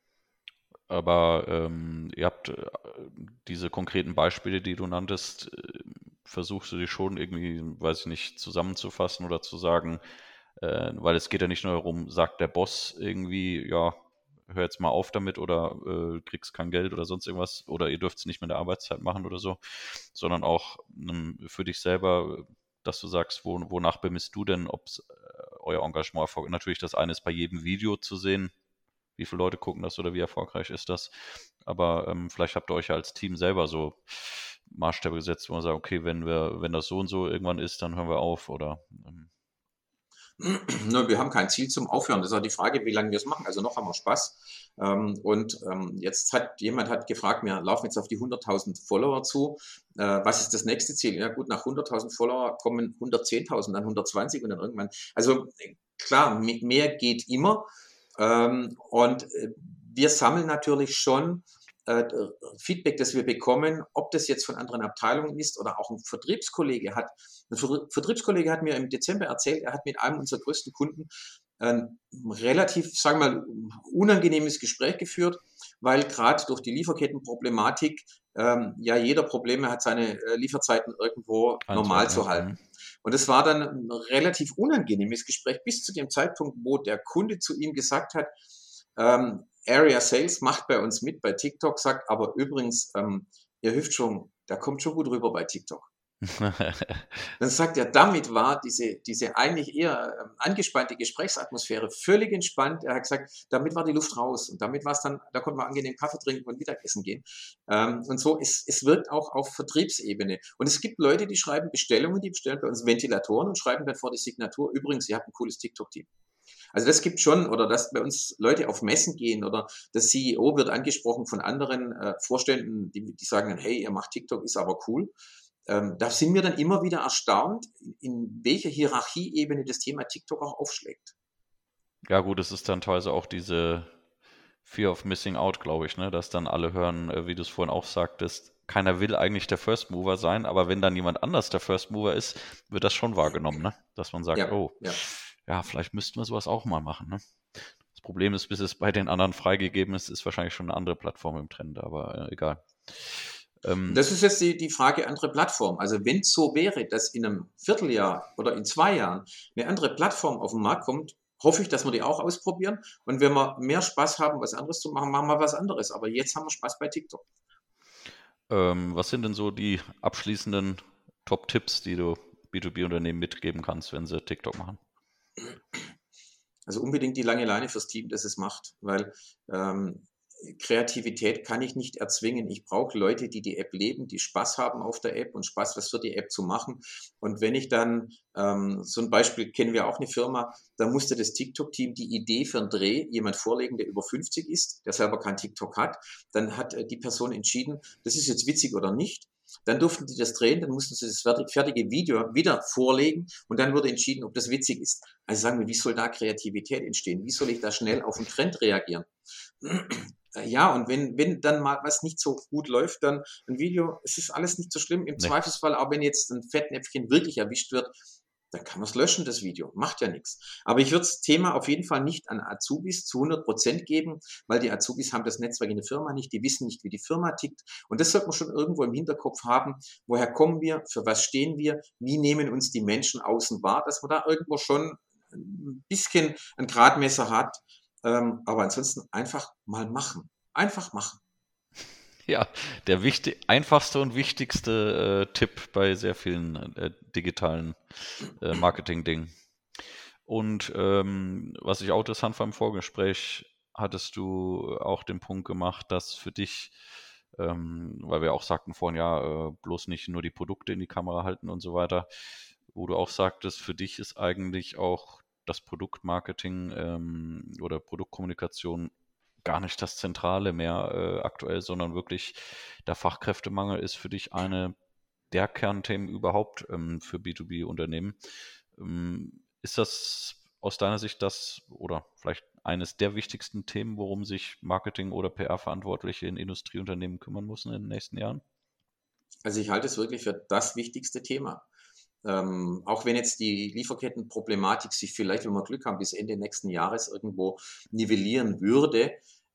[SPEAKER 1] Aber ähm, ihr habt äh, diese konkreten Beispiele, die du nanntest, äh, versuchst du die schon irgendwie, weiß ich nicht, zusammenzufassen oder zu sagen, Äh, weil es geht ja nicht nur darum, sagt der Boss irgendwie, ja, hör jetzt mal auf damit oder äh, kriegst kein Geld oder sonst irgendwas oder ihr dürft es nicht mehr in der Arbeitszeit machen oder so, sondern auch ähm, für dich selber, dass du sagst, wo, wonach bemisst du denn, ob äh, euer Engagement erfolgt. Natürlich, das eine ist bei jedem Video zu sehen, wie viele Leute gucken das oder wie erfolgreich ist das. Aber ähm, vielleicht habt ihr euch ja als Team selber so Maßstäbe gesetzt, wo man sagt, okay, wenn wir, wenn das so und so irgendwann ist, dann hören wir auf oder ähm,
[SPEAKER 2] Ne, wir haben kein Ziel zum Aufhören. Das ist auch die Frage, wie lange wir es machen. Also noch haben wir Spaß. Ähm, und ähm, jetzt hat jemand hat gefragt, wir laufen jetzt auf die hunderttausend Follower zu. Äh, was ist das nächste Ziel? Ja gut, nach hunderttausend Follower kommen hundertzehntausend, dann hundertzwanzig und dann irgendwann. Also äh, klar, me- mehr geht immer. Ähm, und äh, wir sammeln natürlich schon äh, Feedback, das wir bekommen, ob das jetzt von anderen Abteilungen ist oder auch ein Vertriebskollege hat. Ein Ver- Vertriebskollege hat mir im Dezember erzählt, er hat mit einem unserer größten Kunden ein relativ, sagen wir mal, unangenehmes Gespräch geführt, weil gerade durch die Lieferkettenproblematik ähm, ja jeder Probleme hat, seine äh, Lieferzeiten irgendwo normal
[SPEAKER 1] einzuhalten.
[SPEAKER 2] zu
[SPEAKER 1] Ja. Mhm.
[SPEAKER 2] halten. Und es war dann ein relativ unangenehmes Gespräch bis zu dem Zeitpunkt, wo der Kunde zu ihm gesagt hat, ähm, Area Sales macht bei uns mit bei TikTok, sagt aber übrigens, ähm, ihr Hüftschwung, der kommt schon gut rüber bei TikTok. Dann sagt er, damit war diese, diese eigentlich eher ähm, angespannte Gesprächsatmosphäre völlig entspannt. Er hat gesagt, damit war die Luft raus und damit war es dann, da konnte man angenehm Kaffee trinken und Mittagessen gehen. Ähm, und so, es, es wirkt auch auf Vertriebsebene. Und es gibt Leute, die schreiben Bestellungen, die bestellen bei uns Ventilatoren und schreiben dann vor die Signatur, übrigens, ihr habt ein cooles TikTok-Team. Also das gibt schon, oder dass bei uns Leute auf Messen gehen oder der C E O wird angesprochen von anderen äh, Vorständen, die, die sagen dann, hey, ihr macht TikTok, ist aber cool. Ähm, da sind wir dann immer wieder erstaunt, in welcher Hierarchieebene das Thema TikTok auch aufschlägt.
[SPEAKER 1] Ja gut, es ist dann teilweise auch diese Fear of Missing Out, glaube ich, ne? Dass dann alle hören, äh, wie du es vorhin auch sagtest, keiner will eigentlich der First Mover sein, aber wenn dann jemand anders der First Mover ist, wird das schon wahrgenommen, ne? Dass man sagt,
[SPEAKER 2] Ja,
[SPEAKER 1] oh,
[SPEAKER 2] ja.
[SPEAKER 1] ja, vielleicht müssten wir sowas auch mal machen, ne? Das Problem ist, bis es bei den anderen freigegeben ist, ist wahrscheinlich schon eine andere Plattform im Trend, aber äh, egal.
[SPEAKER 2] Und
[SPEAKER 1] Ähm,
[SPEAKER 2] das ist jetzt die, die Frage andere Plattform. Also wenn es so wäre, dass in einem Vierteljahr oder in zwei Jahren eine andere Plattform auf den Markt kommt, hoffe ich, dass wir die auch ausprobieren. Und wenn wir mehr Spaß haben, was anderes zu machen, machen wir was anderes. Aber jetzt haben wir Spaß bei TikTok.
[SPEAKER 1] ähm, was sind denn so die abschließenden Top-Tipps, die du B zwei B-Unternehmen mitgeben kannst, wenn sie TikTok machen?
[SPEAKER 2] Also unbedingt die lange Leine fürs Team, das es macht, weil ähm, Kreativität kann ich nicht erzwingen. Ich brauche Leute, die die App leben, die Spaß haben auf der App und Spaß, was für die App zu machen. Und wenn ich dann, ähm, so ein Beispiel kennen wir auch eine Firma, da musste das TikTok-Team die Idee für einen Dreh jemand vorlegen, der über fünfzig ist, der selber kein TikTok hat. Dann hat äh, die Person entschieden, das ist jetzt witzig oder nicht. Dann durften die das drehen, dann mussten sie das fertige Video wieder vorlegen und dann wurde entschieden, ob das witzig ist. Also sagen wir, wie soll da Kreativität entstehen? Wie soll ich da schnell auf den Trend reagieren? Ja, und wenn, wenn dann mal was nicht so gut läuft, dann ein Video, es ist alles nicht so schlimm. Im
[SPEAKER 1] Nee.
[SPEAKER 2] Zweifelsfall, auch wenn jetzt ein Fettnäpfchen wirklich erwischt wird, dann kann man es löschen, das Video. Macht ja nichts. Aber ich würde das Thema auf jeden Fall nicht an Azubis zu hundert Prozent geben, weil die Azubis haben das Netzwerk in der Firma nicht, die wissen nicht, wie die Firma tickt. Und das sollte man schon irgendwo im Hinterkopf haben. Woher kommen wir? Für was stehen wir? Wie nehmen uns die Menschen außen wahr? Dass man da irgendwo schon ein bisschen ein Gradmesser hat. Ähm, aber ansonsten einfach mal machen. Einfach machen.
[SPEAKER 1] Ja, der wichtig, einfachste und wichtigste äh, Tipp bei sehr vielen äh, digitalen äh, Marketing-Dingen. Und ähm, was ich auch interessant fand im Vorgespräch, hattest du auch den Punkt gemacht, dass für dich, ähm, weil wir auch sagten vorhin, ja, äh, bloß nicht nur die Produkte in die Kamera halten und so weiter, wo du auch sagtest, für dich ist eigentlich auch das Produktmarketing ähm, oder Produktkommunikation gar nicht das Zentrale mehr äh, aktuell, sondern wirklich der Fachkräftemangel ist für dich eine der Kernthemen überhaupt ähm, für B zwei B-Unternehmen. Ähm, ist das aus deiner Sicht das oder vielleicht eines der wichtigsten Themen, worum sich Marketing- oder P R-Verantwortliche in Industrieunternehmen kümmern müssen in den nächsten Jahren?
[SPEAKER 2] Also ich halte es wirklich für das wichtigste Thema. Ähm, auch wenn jetzt die Lieferkettenproblematik sich vielleicht, wenn wir Glück haben, bis Ende nächsten Jahres irgendwo nivellieren würde,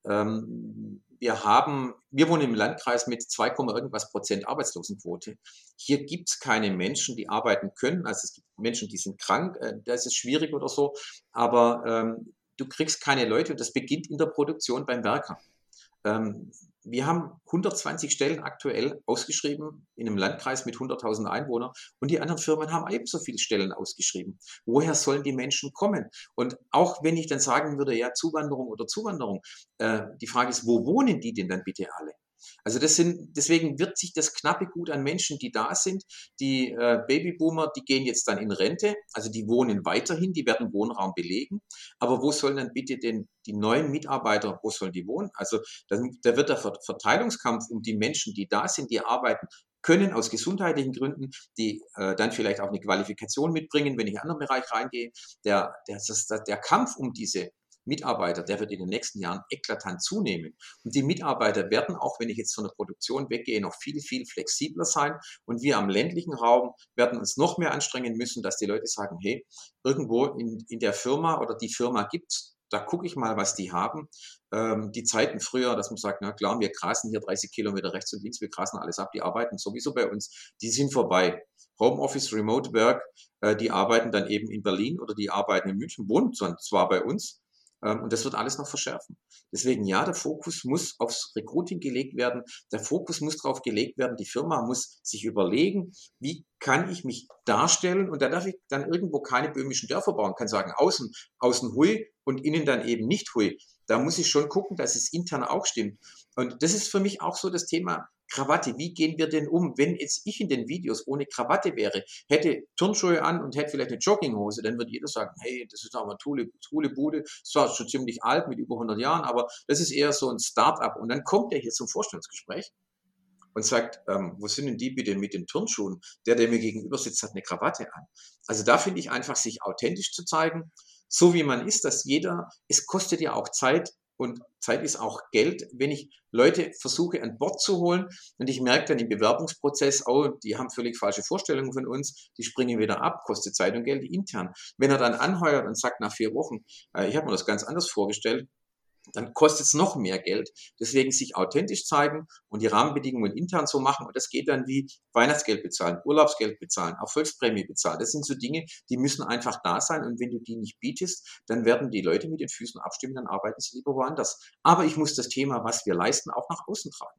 [SPEAKER 2] ähm, wir haben, wir wohnen im Landkreis mit zwei, irgendwas Prozent Arbeitslosenquote. Hier gibt es keine Menschen, die arbeiten können. Also es gibt Menschen, die sind krank, äh, da ist es schwierig oder so, aber ähm, du kriegst keine Leute und das beginnt in der Produktion beim Werker. Ähm, wir haben hundertzwanzig Stellen aktuell ausgeschrieben in einem Landkreis mit hunderttausend Einwohnern und die anderen Firmen haben ebenso viele Stellen ausgeschrieben. Woher sollen die Menschen kommen? Und auch wenn ich dann sagen würde, ja, Zuwanderung oder Zuwanderung, äh, die Frage ist, wo wohnen die denn dann bitte alle? Also das sind, deswegen wird sich das knappe Gut an Menschen, die da sind, die äh, Babyboomer, die gehen jetzt dann in Rente, also die wohnen weiterhin, die werden Wohnraum belegen. Aber wo sollen dann bitte denn die neuen Mitarbeiter, wo sollen die wohnen? Also da, da wird der Verteilungskampf um die Menschen, die da sind, die arbeiten können aus gesundheitlichen Gründen, die äh, dann vielleicht auch eine Qualifikation mitbringen, wenn ich in einen anderen Bereich reingehe. Der, der, das, der Kampf um diese Mitarbeiter, der wird in den nächsten Jahren eklatant zunehmen. Und die Mitarbeiter werden, auch wenn ich jetzt von der Produktion weggehe, noch viel, viel flexibler sein. Und wir am ländlichen Raum werden uns noch mehr anstrengen müssen, dass die Leute sagen, hey, irgendwo in, in der Firma oder die Firma gibt's, da gucke ich mal, was die haben. Ähm, die Zeiten früher, dass man sagt, na klar, wir grasen hier dreißig Kilometer rechts und links, wir grasen alles ab, die arbeiten sowieso bei uns, die sind vorbei. Homeoffice, Remote Work, äh, die arbeiten dann eben in Berlin oder die arbeiten in München, wohnen zwar bei uns, und das wird alles noch verschärfen. Deswegen, ja, der Fokus muss aufs Recruiting gelegt werden. Der Fokus muss darauf gelegt werden. Die Firma muss sich überlegen, wie kann ich mich darstellen? Und da darf ich dann irgendwo keine böhmischen Dörfer bauen. Kann sagen, außen, außen hui und innen dann eben nicht hui. Da muss ich schon gucken, dass es intern auch stimmt. Und das ist für mich auch so das Thema Krawatte. Wie gehen wir denn um? Wenn jetzt ich in den Videos ohne Krawatte wäre, hätte Turnschuhe an und hätte vielleicht eine Jogginghose, dann würde jeder sagen, hey, das ist aber eine coole, coole Bude. Das ist zwar schon ziemlich alt, mit über hundert Jahren, aber das ist eher so ein Start-up. Und dann kommt er hier zum Vorstellungsgespräch und sagt, ähm, wo sind denn die bitte mit den Turnschuhen? Der, der mir gegenüber sitzt, hat eine Krawatte an. Also da finde ich einfach, sich authentisch zu zeigen, so wie man ist, dass jeder, es kostet ja auch Zeit, und Zeit ist auch Geld, wenn ich Leute versuche an Bord zu holen und ich merke dann im Bewerbungsprozess, oh, die haben völlig falsche Vorstellungen von uns, die springen wieder ab, kostet Zeit und Geld intern. Wenn er dann anheuert und sagt nach vier Wochen, äh, ich habe mir das ganz anders vorgestellt, dann kostet es noch mehr Geld. Deswegen sich authentisch zeigen und die Rahmenbedingungen intern so machen. Und das geht dann wie Weihnachtsgeld bezahlen, Urlaubsgeld bezahlen, Erfolgsprämie bezahlen. Das sind so Dinge, die müssen einfach da sein. Und wenn du die nicht bietest, dann werden die Leute mit den Füßen abstimmen, dann arbeiten sie lieber woanders. Aber ich muss das Thema, was wir leisten, auch nach außen tragen.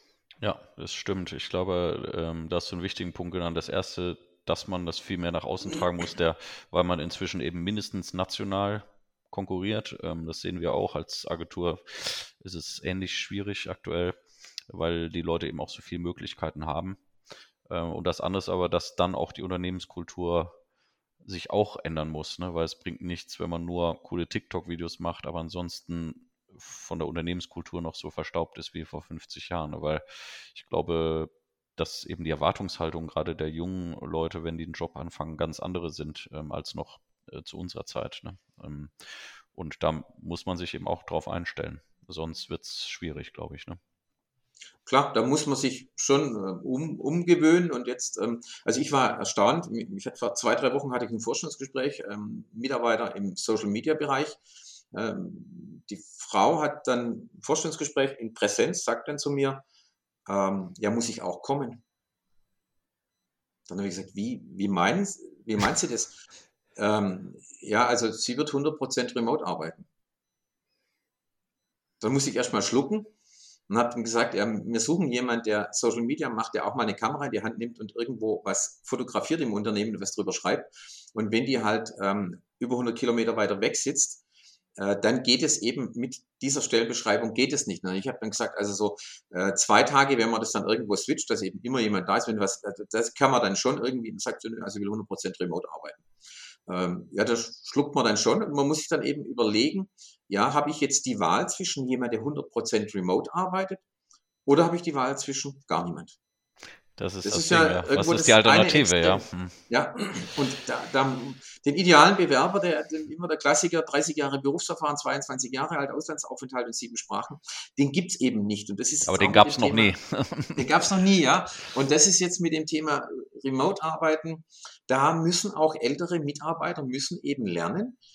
[SPEAKER 1] Ja, das stimmt. Ich glaube, ähm, da hast du einen wichtigen Punkt genannt. Das erste, dass man das viel mehr nach außen tragen muss, der, weil man inzwischen eben mindestens national konkurriert. Ähm, das sehen wir auch als Agentur. Ist es ähnlich schwierig aktuell, weil die Leute eben auch so viele Möglichkeiten haben. Ähm, und das andere ist aber, dass dann auch die Unternehmenskultur sich auch ändern muss, ne? Weil es bringt nichts, wenn man nur coole TikTok-Videos macht, aber ansonsten von der Unternehmenskultur noch so verstaubt ist wie vor fünfzig Jahren. Ne? Weil ich glaube, dass eben die Erwartungshaltung gerade der jungen Leute, wenn die einen Job anfangen, ganz andere sind ähm, als noch äh, zu unserer Zeit. Ne? Ähm, und da muss man sich eben auch drauf einstellen. Sonst wird es schwierig, glaube ich. Ne?
[SPEAKER 2] Klar, da muss man sich schon äh, um, umgewöhnen und jetzt, ähm, also ich war erstaunt, ich hatte vor zwei, drei Wochen hatte ich ein Vorstellungsgespräch, ähm, Mitarbeiter im Social Media Bereich. Ähm, die Frau hat dann ein Vorstellungsgespräch in Präsenz, sagt dann zu mir, ähm, ja, muss ich auch kommen? Dann habe ich gesagt, wie, wie, meinen, wie meint sie das? Ähm, ja, also sie wird hundert Prozent remote arbeiten. Dann muss ich erstmal schlucken und habe dann gesagt, ja, wir suchen jemanden, der Social Media macht, der auch mal eine Kamera in die Hand nimmt und irgendwo was fotografiert im Unternehmen und was drüber schreibt. Und wenn die halt ähm, über hundert Kilometer weiter weg sitzt, äh, dann geht es eben mit dieser Stellenbeschreibung geht es nicht. Ne? Ich habe dann gesagt, also so äh, zwei Tage, wenn man das dann irgendwo switcht, dass eben immer jemand da ist, wenn was, das kann man dann schon irgendwie, sagt so, also ich will hundert Prozent remote arbeiten. Ähm, ja, das schluckt man dann schon und man muss sich dann eben überlegen, ja, habe ich jetzt die Wahl zwischen jemand, der hundert Prozent remote arbeitet oder habe ich die Wahl zwischen gar niemand?
[SPEAKER 1] Das ist
[SPEAKER 2] Das
[SPEAKER 1] das
[SPEAKER 2] ist
[SPEAKER 1] Ding,
[SPEAKER 2] ja
[SPEAKER 1] ja. Was
[SPEAKER 2] irgendwo
[SPEAKER 1] ist
[SPEAKER 2] das
[SPEAKER 1] die
[SPEAKER 2] eine
[SPEAKER 1] Alternative, ja?
[SPEAKER 2] Extrem.
[SPEAKER 1] Hm.
[SPEAKER 2] Ja, und da, da, den idealen Bewerber, der, der immer der Klassiker, dreißig Jahre Berufserfahren, zweiundzwanzig Jahre alt, Auslandsaufenthalt und sieben Sprachen, den gibt's eben nicht. Und das ist
[SPEAKER 1] Aber
[SPEAKER 2] jetzt
[SPEAKER 1] den
[SPEAKER 2] auch mit
[SPEAKER 1] gab
[SPEAKER 2] dem
[SPEAKER 1] es noch
[SPEAKER 2] Thema,
[SPEAKER 1] nie.
[SPEAKER 2] den gab's noch nie, ja. Und das ist jetzt mit dem Thema Remote-Arbeiten, da müssen auch ältere Mitarbeiter müssen eben lernen,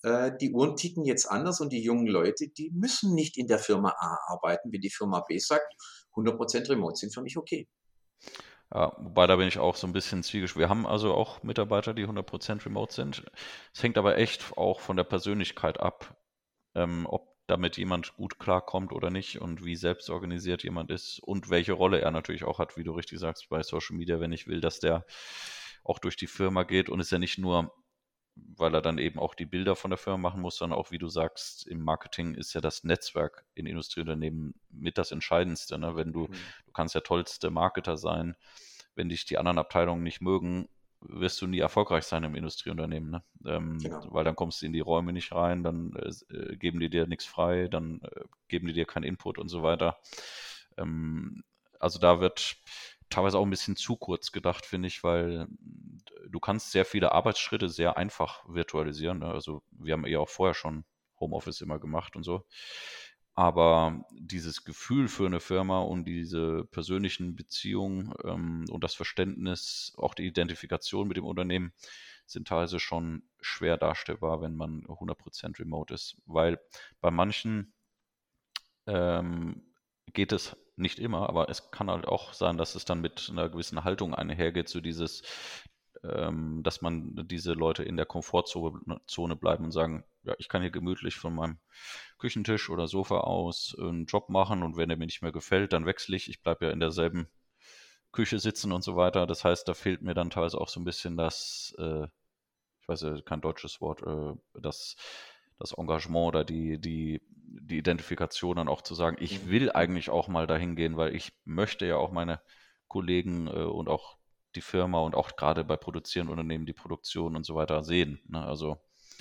[SPEAKER 2] äh, die Uhren ticken jetzt anders und die jungen Leute, die müssen nicht in der Firma A arbeiten, wenn die Firma B sagt, hundert Prozent Remote sind für mich okay.
[SPEAKER 1] Ja, wobei da bin ich auch so ein bisschen zwiegespalten. Wir haben also auch Mitarbeiter, die hundert Prozent remote sind. Es hängt aber echt auch von der Persönlichkeit ab, ähm, ob damit jemand gut klarkommt oder nicht und wie selbstorganisiert jemand ist und welche Rolle er natürlich auch hat, wie du richtig sagst, bei Social Media, wenn ich will, dass der auch durch die Firma geht und ist ja nicht nur, weil er dann eben auch die Bilder von der Firma machen muss, sondern auch, wie du sagst, im Marketing ist ja das Netzwerk in Industrieunternehmen mit das Entscheidendste. Ne? Wenn du,
[SPEAKER 2] Mhm.
[SPEAKER 1] du kannst der tollste Marketer sein, wenn dich die anderen Abteilungen nicht mögen, wirst du nie erfolgreich sein im Industrieunternehmen, ne? Ähm,
[SPEAKER 2] Genau.
[SPEAKER 1] weil dann kommst du in die Räume nicht rein, dann äh, geben die dir nichts frei, dann äh, geben die dir keinen Input und so weiter. Ähm, also da wird teilweise auch ein bisschen zu kurz gedacht, finde ich, weil du kannst sehr viele Arbeitsschritte sehr einfach virtualisieren. Ne? Also wir haben ja auch vorher schon Homeoffice immer gemacht und so. Aber dieses Gefühl für eine Firma und diese persönlichen Beziehungen ähm, und das Verständnis, auch die Identifikation mit dem Unternehmen, sind teilweise schon schwer darstellbar, wenn man hundert Prozent remote ist. Weil bei manchen ähm, geht es nicht immer, aber es kann halt auch sein, dass es dann mit einer gewissen Haltung einhergeht, so dieses, ähm, dass man diese Leute in der Komfortzone Zone bleiben und sagen, ja, ich kann hier gemütlich von meinem Küchentisch oder Sofa aus einen Job machen und wenn er mir nicht mehr gefällt, dann wechsle ich. Ich bleibe ja in derselben Küche sitzen und so weiter. Das heißt, da fehlt mir dann teilweise auch so ein bisschen das, äh, ich weiß ja kein deutsches Wort, äh, das, das Engagement oder die, die, die Identifikation dann auch zu sagen, ich
[SPEAKER 2] Mhm.
[SPEAKER 1] will eigentlich auch mal dahin gehen, weil ich möchte ja auch meine Kollegen äh, und auch die Firma und auch gerade bei produzierenden Unternehmen die Produktion und so weiter sehen. Ne? Also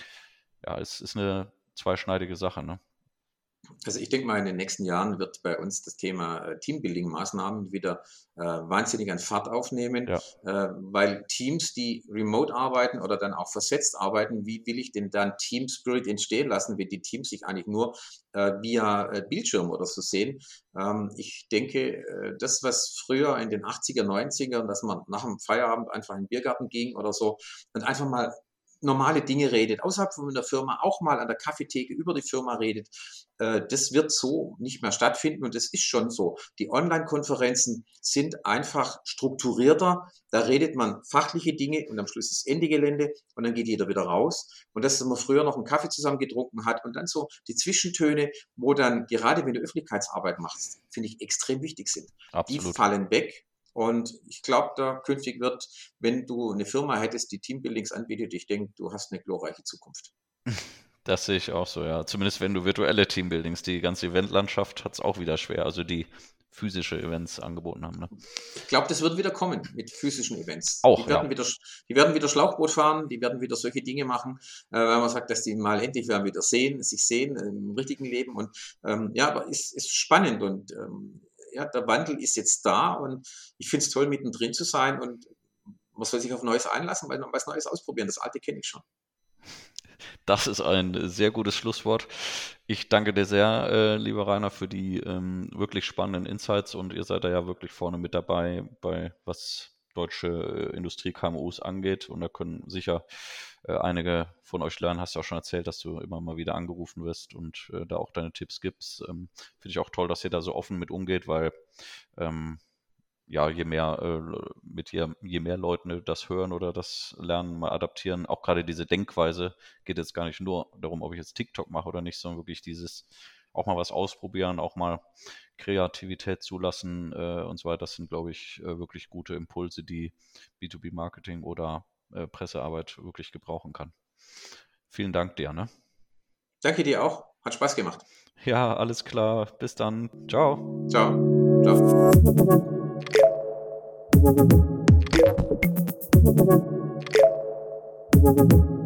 [SPEAKER 1] ja, es ist eine zweischneidige Sache. Ne?
[SPEAKER 2] Also ich denke mal, in den nächsten Jahren wird bei uns das Thema äh, Teambuilding-Maßnahmen wieder äh, wahnsinnig an Fahrt aufnehmen,
[SPEAKER 1] Ja,
[SPEAKER 2] äh, weil Teams, die remote arbeiten oder dann auch versetzt arbeiten, wie will ich denn dann Team Spirit entstehen lassen, wenn die Teams sich eigentlich nur äh, via äh, Bildschirm oder so sehen? Ähm, ich denke, äh, das, was früher in den achtziger, neunziger, dass man nach dem Feierabend einfach in den Biergarten ging oder so und einfach mal normale Dinge redet, außerhalb von der Firma auch mal an der Kaffeetheke über die Firma redet, äh, das wird so nicht mehr stattfinden und das ist schon so. Die Online-Konferenzen sind einfach strukturierter, da redet man fachliche Dinge und am Schluss ist Ende Gelände und dann geht jeder wieder raus. Und das, dass man früher noch einen Kaffee zusammen getrunken hat und dann so die Zwischentöne, wo dann, gerade wenn du Öffentlichkeitsarbeit machst, finde ich extrem wichtig sind, die
[SPEAKER 1] absolut.
[SPEAKER 2] fallen weg. Und ich glaube, da künftig wird, wenn du eine Firma hättest, die Teambuildings anbietet, ich denke, du hast eine glorreiche Zukunft.
[SPEAKER 1] Das sehe ich auch so, ja. Zumindest wenn du virtuelle Teambuildings, die ganze Eventlandschaft hat es auch wieder schwer, also die physische Events angeboten haben. Ne?
[SPEAKER 2] Ich glaube, das wird wieder kommen mit physischen Events.
[SPEAKER 1] Auch,
[SPEAKER 2] Die
[SPEAKER 1] ja.
[SPEAKER 2] werden wieder, die werden wieder Schlauchboot fahren, die werden wieder solche Dinge machen, äh, weil man sagt, dass die mal endlich werden wieder sehen, sich sehen im richtigen Leben. Und ähm, ja, aber ist, ist spannend und ähm, ja, der Wandel ist jetzt da und ich finde es toll, mittendrin zu sein und man soll sich auf Neues einlassen, weil man was Neues ausprobieren. Das Alte kenne ich schon.
[SPEAKER 1] Das ist ein sehr gutes Schlusswort. Ich danke dir sehr, äh, lieber Rainer, für die ähm, wirklich spannenden Insights und ihr seid da ja wirklich vorne mit dabei, bei was deutsche äh, Industrie-K M Us angeht und da können sicher äh, einige von euch lernen. Hast ja auch schon erzählt, dass du immer mal wieder angerufen wirst und äh, da auch deine Tipps gibst. Ähm, finde ich auch toll, dass ihr da so offen mit umgeht, weil ähm, ja, je mehr äh, mit je, je mehr Leute das hören oder das lernen, mal adaptieren, auch gerade diese Denkweise geht jetzt gar nicht nur darum, ob ich jetzt TikTok mache oder nicht, sondern wirklich dieses auch mal was ausprobieren, auch mal Kreativität zulassen äh, und so weiter. Das sind, glaube ich, äh, wirklich gute Impulse, die B zwei B-Marketing oder äh, Pressearbeit wirklich gebrauchen kann. Vielen Dank dir, ne?
[SPEAKER 2] Danke dir auch. Hat Spaß gemacht.
[SPEAKER 1] Ja, alles klar. Bis dann. Ciao.
[SPEAKER 2] Ciao. Ciao.
[SPEAKER 3] Thank you.